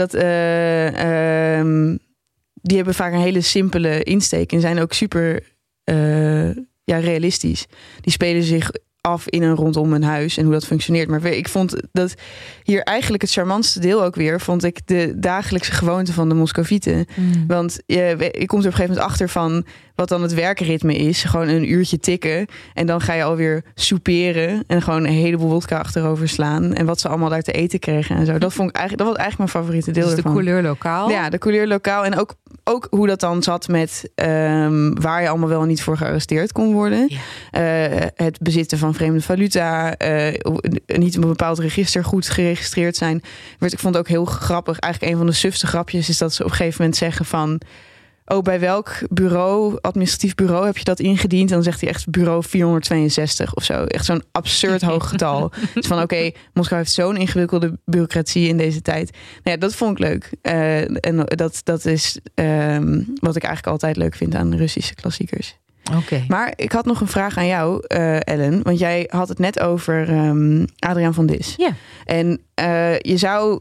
[SPEAKER 5] die hebben vaak een hele simpele insteek en zijn ook super realistisch. Die spelen zich af in en rondom een huis en hoe dat functioneert. Maar ik vond dat hier eigenlijk het charmantste deel ook weer, vond ik de dagelijkse gewoonte van de Moscovieten. Want je komt er op een gegeven moment achter van wat dan het werkritme is. Gewoon een uurtje tikken en dan ga je alweer souperen en gewoon een heleboel wodka achterover slaan en wat ze allemaal daar te eten kregen en zo. Dat was eigenlijk mijn favoriete deel ervan.
[SPEAKER 6] De couleur lokaal?
[SPEAKER 5] Ja, de couleur lokaal en ook hoe dat dan zat met waar je allemaal wel en niet voor gearresteerd kon worden. Ja. Het bezitten van vreemde valuta, niet een bepaald register goed geregistreerd zijn. Ik vond het ook heel grappig. Eigenlijk een van de sufste grapjes is dat ze op een gegeven moment zeggen van bij welk administratief bureau heb je dat ingediend? En dan zegt hij echt bureau 462 of zo. Echt zo'n absurd hoog getal. Dus van Moskou heeft zo'n ingewikkelde bureaucratie in deze tijd. Nou ja, dat vond ik leuk. En dat is wat ik eigenlijk altijd leuk vind aan de Russische klassiekers.
[SPEAKER 6] Okay.
[SPEAKER 5] Maar ik had nog een vraag aan jou, Ellen. Want jij had het net over Adriaan van Dis.
[SPEAKER 6] Ja.
[SPEAKER 5] En je zou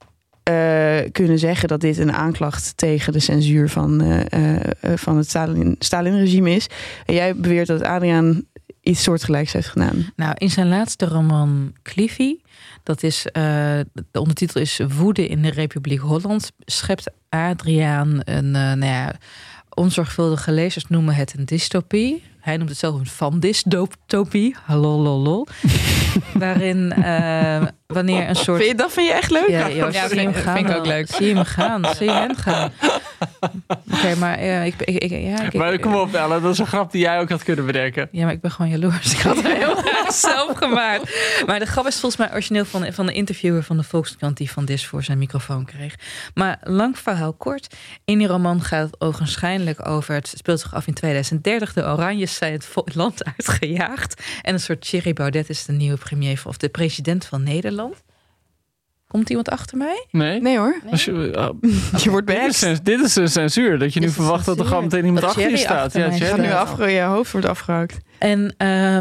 [SPEAKER 5] kunnen zeggen dat dit een aanklacht tegen de censuur van het Stalin-regime is. En jij beweert dat Adriaan iets soortgelijks heeft gedaan.
[SPEAKER 6] Nou, in zijn laatste roman Cliffy, dat is de ondertitel is Woede in de Republiek Holland, schept Adriaan een onzorgvuldige lezers noemen het een dystopie. Hij noemt het zelf een van-dystopie. Hallo. Waarin wanneer een soort...
[SPEAKER 5] Dat vind je echt leuk?
[SPEAKER 6] Ja, vind ik ook leuk. Zie je hem gaan. Oké, maar
[SPEAKER 7] maar kom op, Ellen. Dat is een grap die jij ook had kunnen bedenken.
[SPEAKER 6] Ja, maar ik ben gewoon jaloers. Ik had het heel graag zelf gemaakt. Maar de grap is volgens mij origineel van de interviewer van de Volkskrant die Van Dis voor zijn microfoon kreeg. Maar lang verhaal kort. In die roman gaat het ogenschijnlijk over... Het speelt zich af in 2030. De Oranjes zijn het land uitgejaagd. En een soort Thierry Baudet is de nieuwe premier of de president van Nederland. Komt iemand achter mij?
[SPEAKER 5] Nee hoor.
[SPEAKER 7] Nee.
[SPEAKER 5] Je wordt behekst.
[SPEAKER 7] Dit is een censuur. Dat je nu verwacht dat er gewoon meteen iemand achter je staat.
[SPEAKER 5] Je hoofd wordt afgehakt.
[SPEAKER 6] En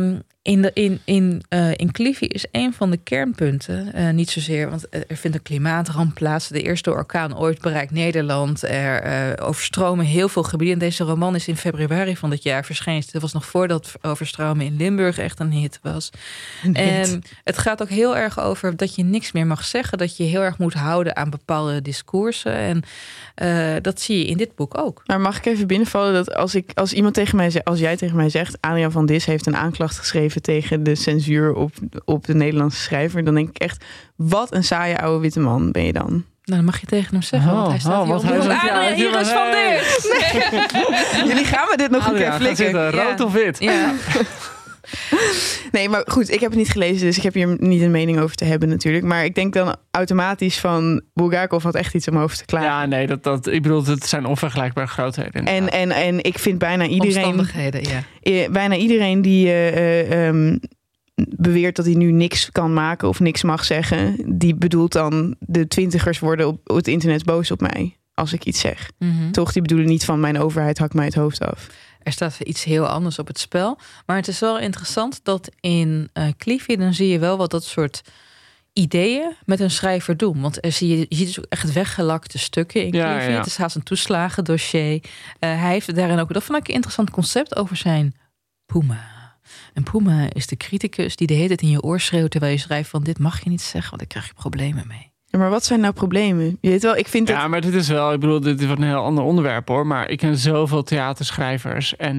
[SPEAKER 6] in Cliffy is een van de kernpunten, niet zozeer, want er vindt een klimaatramp plaats. De eerste orkaan ooit bereikt Nederland. Er overstromen heel veel gebieden. En deze roman is in februari van dit jaar verschenen. Dat was nog voordat overstromen in Limburg echt een hit was. En het gaat ook heel erg over dat je niks meer mag zeggen. Dat je heel erg moet houden aan bepaalde discoursen. En dat zie je in dit boek ook.
[SPEAKER 5] Maar mag ik even binnenvallen dat als iemand tegen mij zegt, als jij tegen mij zegt, Adriaan van Dis heeft een aanklacht geschreven tegen de censuur op de Nederlandse schrijver, dan denk ik echt, wat een saaie oude witte man ben je dan.
[SPEAKER 6] Nou, dan mag je tegen hem zeggen, want hij staat hier op. Hier is Van Dis!
[SPEAKER 5] Nee. Jullie gaan me dit nog een keer flikken.
[SPEAKER 7] Rood of wit?
[SPEAKER 6] Ja.
[SPEAKER 5] Nee, maar goed, ik heb het niet gelezen, dus ik heb hier niet een mening over te hebben natuurlijk. Maar ik denk dan automatisch van Bulgakov had echt iets om over te klagen.
[SPEAKER 7] Ja, nee, ik bedoel, het zijn onvergelijkbare grootheden.
[SPEAKER 5] En ik vind bijna iedereen...
[SPEAKER 6] Omstandigheden, ja.
[SPEAKER 5] Bijna iedereen die beweert dat hij nu niks kan maken of niks mag zeggen, die bedoelt dan de 20ers worden op het internet boos op mij als ik iets zeg. Mm-hmm. Toch, die bedoelen niet van mijn overheid hakt mij het hoofd af.
[SPEAKER 6] Er staat iets heel anders op het spel. Maar het is wel interessant dat in Cliffy... dan zie je wel wat dat soort ideeën met een schrijver doen. Want je ziet dus ook echt weggelakte stukken in Cliffy. Het is haast een toeslagendossier. Hij heeft daarin ook... Dat vond ik een interessant concept over zijn Puma. En Puma is de criticus die de hele tijd in je oor schreeuwt... terwijl je schrijft van dit mag je niet zeggen... want daar krijg je problemen mee.
[SPEAKER 5] Ja, maar wat zijn nou problemen? Je weet wel, ik vind
[SPEAKER 7] maar dit is wel... Ik bedoel, dit is een heel ander onderwerp, hoor. Maar ik ken zoveel theaterschrijvers... en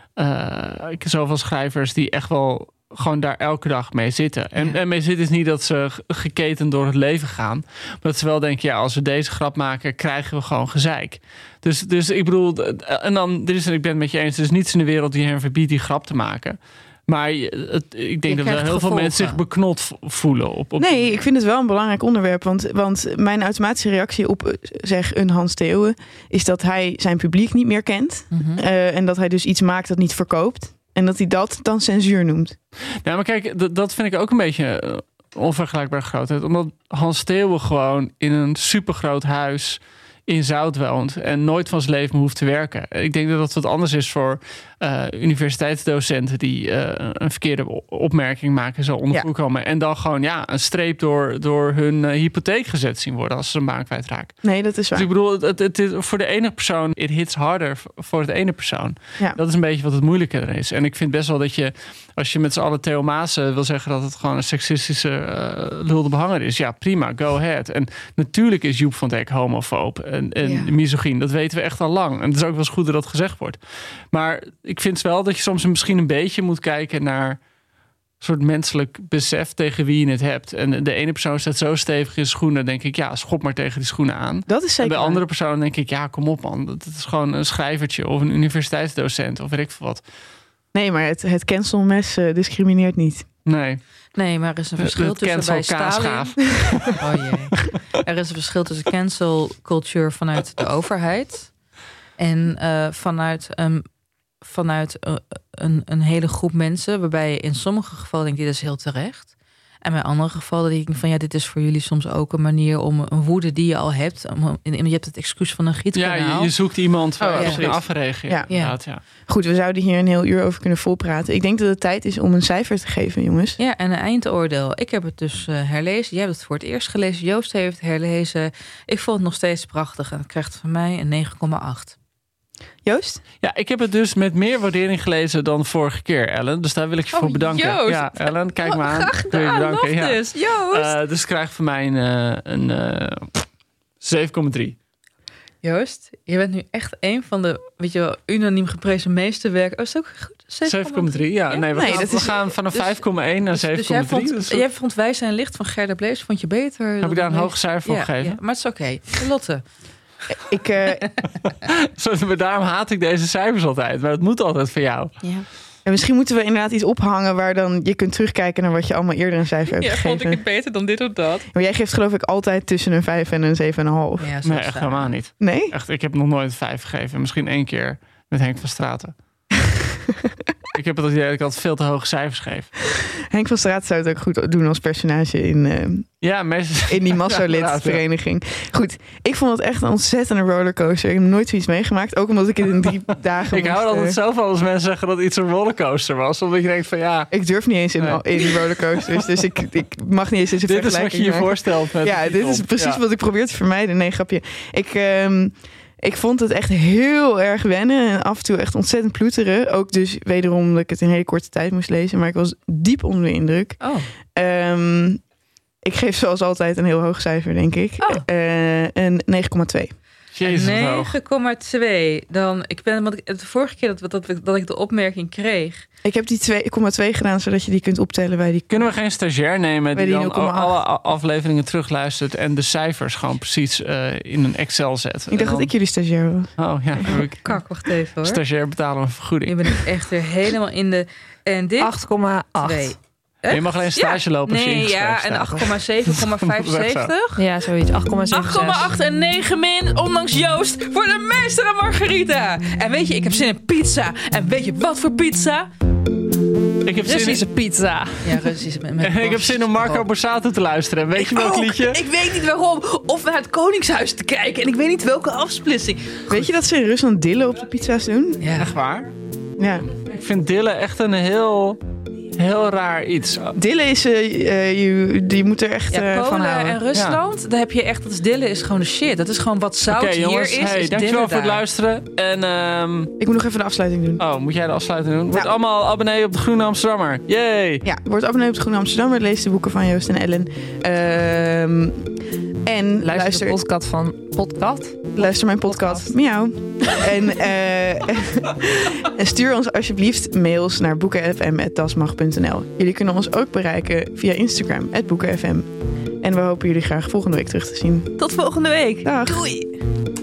[SPEAKER 7] ik ken zoveel schrijvers die echt wel... gewoon daar elke dag mee zitten. En mee zitten is niet dat ze geketend door het leven gaan. Maar dat ze wel denken, als we deze grap maken... krijgen we gewoon gezeik. Dus ik bedoel... En dan, ik ben het met je eens... er is niets in de wereld die hen verbiedt die grap te maken... Maar ik denk dat wel heel veel mensen zich beknot voelen.
[SPEAKER 5] Nee, ik vind het wel een belangrijk onderwerp. Want mijn automatische reactie op een Hans Theeuwen... is dat hij zijn publiek niet meer kent. Mm-hmm. En dat hij dus iets maakt dat niet verkoopt. En dat hij dat dan censuur noemt.
[SPEAKER 7] Nou, maar kijk, dat vind ik ook een beetje onvergelijkbare grootheid. Omdat Hans Theeuwen gewoon in een supergroot huis... in Zout woont en nooit van zijn leven hoeft te werken. Ik denk dat dat wat anders is voor universiteitsdocenten... die een verkeerde opmerking maken, zo onder de komen. En dan gewoon een streep door hun hypotheek gezet zien worden... als ze een baan kwijtraken.
[SPEAKER 5] Nee, dat is waar.
[SPEAKER 7] Dus ik bedoel, het is voor de ene persoon... it hits harder voor de ene persoon. Ja. Dat is een beetje wat het moeilijker is. En ik vind best wel dat je... als je met z'n allen Theo Maassen wil zeggen... dat het gewoon een seksistische lulde behanger is... ja, prima, go ahead. En natuurlijk is Joep van Dijk homofoob en misogyn. Dat weten we echt al lang. En het is ook wel eens goed dat dat gezegd wordt. Maar ik vind wel dat je soms misschien een beetje moet kijken... naar een soort menselijk besef tegen wie je het hebt. En de ene persoon staat zo stevig in schoenen... denk ik, schop maar tegen die schoenen aan.
[SPEAKER 5] Dat is zeker.
[SPEAKER 7] En de andere persoon denk ik, kom op man. Dat is gewoon een schrijvertje of een universiteitsdocent... of weet ik veel wat.
[SPEAKER 5] Nee, maar het cancelmes discrimineert niet.
[SPEAKER 6] Nee, maar er is een verschil tussen bij Stalin... Oh jee. Er is een verschil tussen cancel culture vanuit de overheid... en vanuit een hele groep mensen... waarbij je in sommige gevallen denkt, dit is heel terecht... en bij andere gevallen denk ik van... dit is voor jullie soms ook een manier om een woede die je al hebt... je hebt het excuus van een gietkanaal.
[SPEAKER 7] Ja, je zoekt iemand waar je afreageert. Ja.
[SPEAKER 5] Goed, we zouden hier een heel uur over kunnen volpraten. Ik denk dat het tijd is om een cijfer te geven, jongens.
[SPEAKER 6] Ja, en een eindoordeel. Ik heb het dus herlezen. Jij hebt het voor het eerst gelezen. Joost heeft het herlezen. Ik vond het nog steeds prachtig. En het krijgt van mij een 9,8.
[SPEAKER 5] Joost?
[SPEAKER 7] Ja, ik heb het dus met meer waardering gelezen dan vorige keer, Ellen. Dus daar wil ik je voor bedanken.
[SPEAKER 6] Joost.
[SPEAKER 7] Ja, Ellen, kijk me aan.
[SPEAKER 6] Graag gedaan, dus. Joost.
[SPEAKER 7] Dus krijg van mij een 7,3.
[SPEAKER 6] Joost, je bent nu echt een van de, unaniem geprezen meesterwerken. Oh, is dat ook goed?
[SPEAKER 7] 7,3, ja. Nee, we gaan vanaf 5,1 naar 7,3.
[SPEAKER 6] Jij vond Wij zijn licht van Gerda Blees, vond je beter?
[SPEAKER 7] Heb ik daar een hoog cijfer voor gegeven?
[SPEAKER 6] Ja, maar het is oké. Lotte.
[SPEAKER 7] Daarom haat ik deze cijfers altijd. Maar het moet altijd voor jou.
[SPEAKER 5] Ja. En misschien moeten we inderdaad iets ophangen... waar dan je kunt terugkijken naar wat je allemaal eerder een cijfer hebt gegeven.
[SPEAKER 6] Vond ik het beter dan dit of dat?
[SPEAKER 5] Maar jij geeft geloof ik altijd tussen een 5 en een 7,5.
[SPEAKER 7] Ja, nee, echt helemaal niet.
[SPEAKER 5] Nee?
[SPEAKER 7] Echt, ik heb nog nooit 5 gegeven. Misschien 1 keer met Henk van Straten. Ik heb het idee dat ik altijd veel te hoge cijfers geef. Henk
[SPEAKER 5] van Straten zou het ook goed doen als personage in die Massolid-vereniging. Goed, ik vond het echt een ontzettende rollercoaster. Ik heb nooit zoiets meegemaakt. Ook omdat ik het in 3 dagen
[SPEAKER 7] Ik hou altijd zo van als mensen zeggen dat iets een rollercoaster was. Omdat je denkt van
[SPEAKER 5] Ik durf niet eens in rollercoasters. Dus ik mag niet eens in zijn
[SPEAKER 7] vergelijking. Dit is wat je je voorstelt.
[SPEAKER 5] Dit is precies wat ik probeer te vermijden. Nee, grapje. Ik vond het echt heel erg wennen en af en toe echt ontzettend ploeteren. Ook dus wederom dat ik het in een hele korte tijd moest lezen. Maar ik was diep onder de indruk. Ik geef zoals altijd een heel hoog cijfer, denk ik. Een 9,2.
[SPEAKER 6] 9,2. Dan, de vorige keer dat ik de opmerking kreeg...
[SPEAKER 5] Ik heb die 2,2 gedaan, zodat je die kunt optellen bij die...
[SPEAKER 7] Kunnen we geen stagiair nemen die dan alle afleveringen terugluistert... en de cijfers gewoon precies in een Excel zet?
[SPEAKER 5] Ik dacht dat ik jullie stagiair was.
[SPEAKER 7] Oh ja.
[SPEAKER 6] Kak, wacht even hoor.
[SPEAKER 7] Stagiair betalen een vergoeding.
[SPEAKER 6] Je bent echt weer helemaal in de... En dit?
[SPEAKER 9] 8,8.
[SPEAKER 7] Je mag alleen stage lopen als je
[SPEAKER 6] ingeschreven staat. En 8,7,75?
[SPEAKER 9] Ja, zoiets. 8,8
[SPEAKER 6] en 9 min, ondanks Joost, voor de meester en Margarita. En weet je, ik heb zin in pizza. En weet je wat voor pizza?
[SPEAKER 7] Ik heb
[SPEAKER 9] Russische pizza.
[SPEAKER 6] Ja, Russische.
[SPEAKER 7] Ik heb zin om Marco Borsato te luisteren. Weet je welk liedje?
[SPEAKER 6] Ik weet niet waarom. Of naar het Koningshuis te kijken. En ik weet niet welke afsplitsing.
[SPEAKER 5] Weet je dat ze in Rusland dillen op de pizza's doen?
[SPEAKER 6] Ja.
[SPEAKER 7] Echt waar?
[SPEAKER 5] Ja.
[SPEAKER 7] Ik vind dillen echt een heel raar iets.
[SPEAKER 5] Dillen is, je moet er echt
[SPEAKER 6] Polen
[SPEAKER 5] van houden.
[SPEAKER 6] en Rusland, daar heb je echt, dat is dillen is gewoon de shit. Dat is gewoon wat zout
[SPEAKER 7] Oké, jongens,
[SPEAKER 6] hier is.
[SPEAKER 7] hey,
[SPEAKER 6] is
[SPEAKER 7] dankjewel voor het
[SPEAKER 6] daar.
[SPEAKER 7] luisteren. En,
[SPEAKER 5] Ik moet nog even de afsluiting doen.
[SPEAKER 7] oh, moet jij de afsluiting doen? Word allemaal abonnee op de Groene Amsterdammer. Yay!
[SPEAKER 5] Ja, word abonnee op de Groene Amsterdammer. Lees de boeken van Joost en Ellen. En
[SPEAKER 9] Luister de podcast van Podcast.
[SPEAKER 5] Luister mijn podcast. Miauw. En stuur ons alsjeblieft mails naar boekenfm@dasmag.nl. Jullie kunnen ons ook bereiken via Instagram @boekenfm. En we hopen jullie graag volgende week terug te zien.
[SPEAKER 6] Tot volgende week.
[SPEAKER 5] Dag.
[SPEAKER 6] Doei.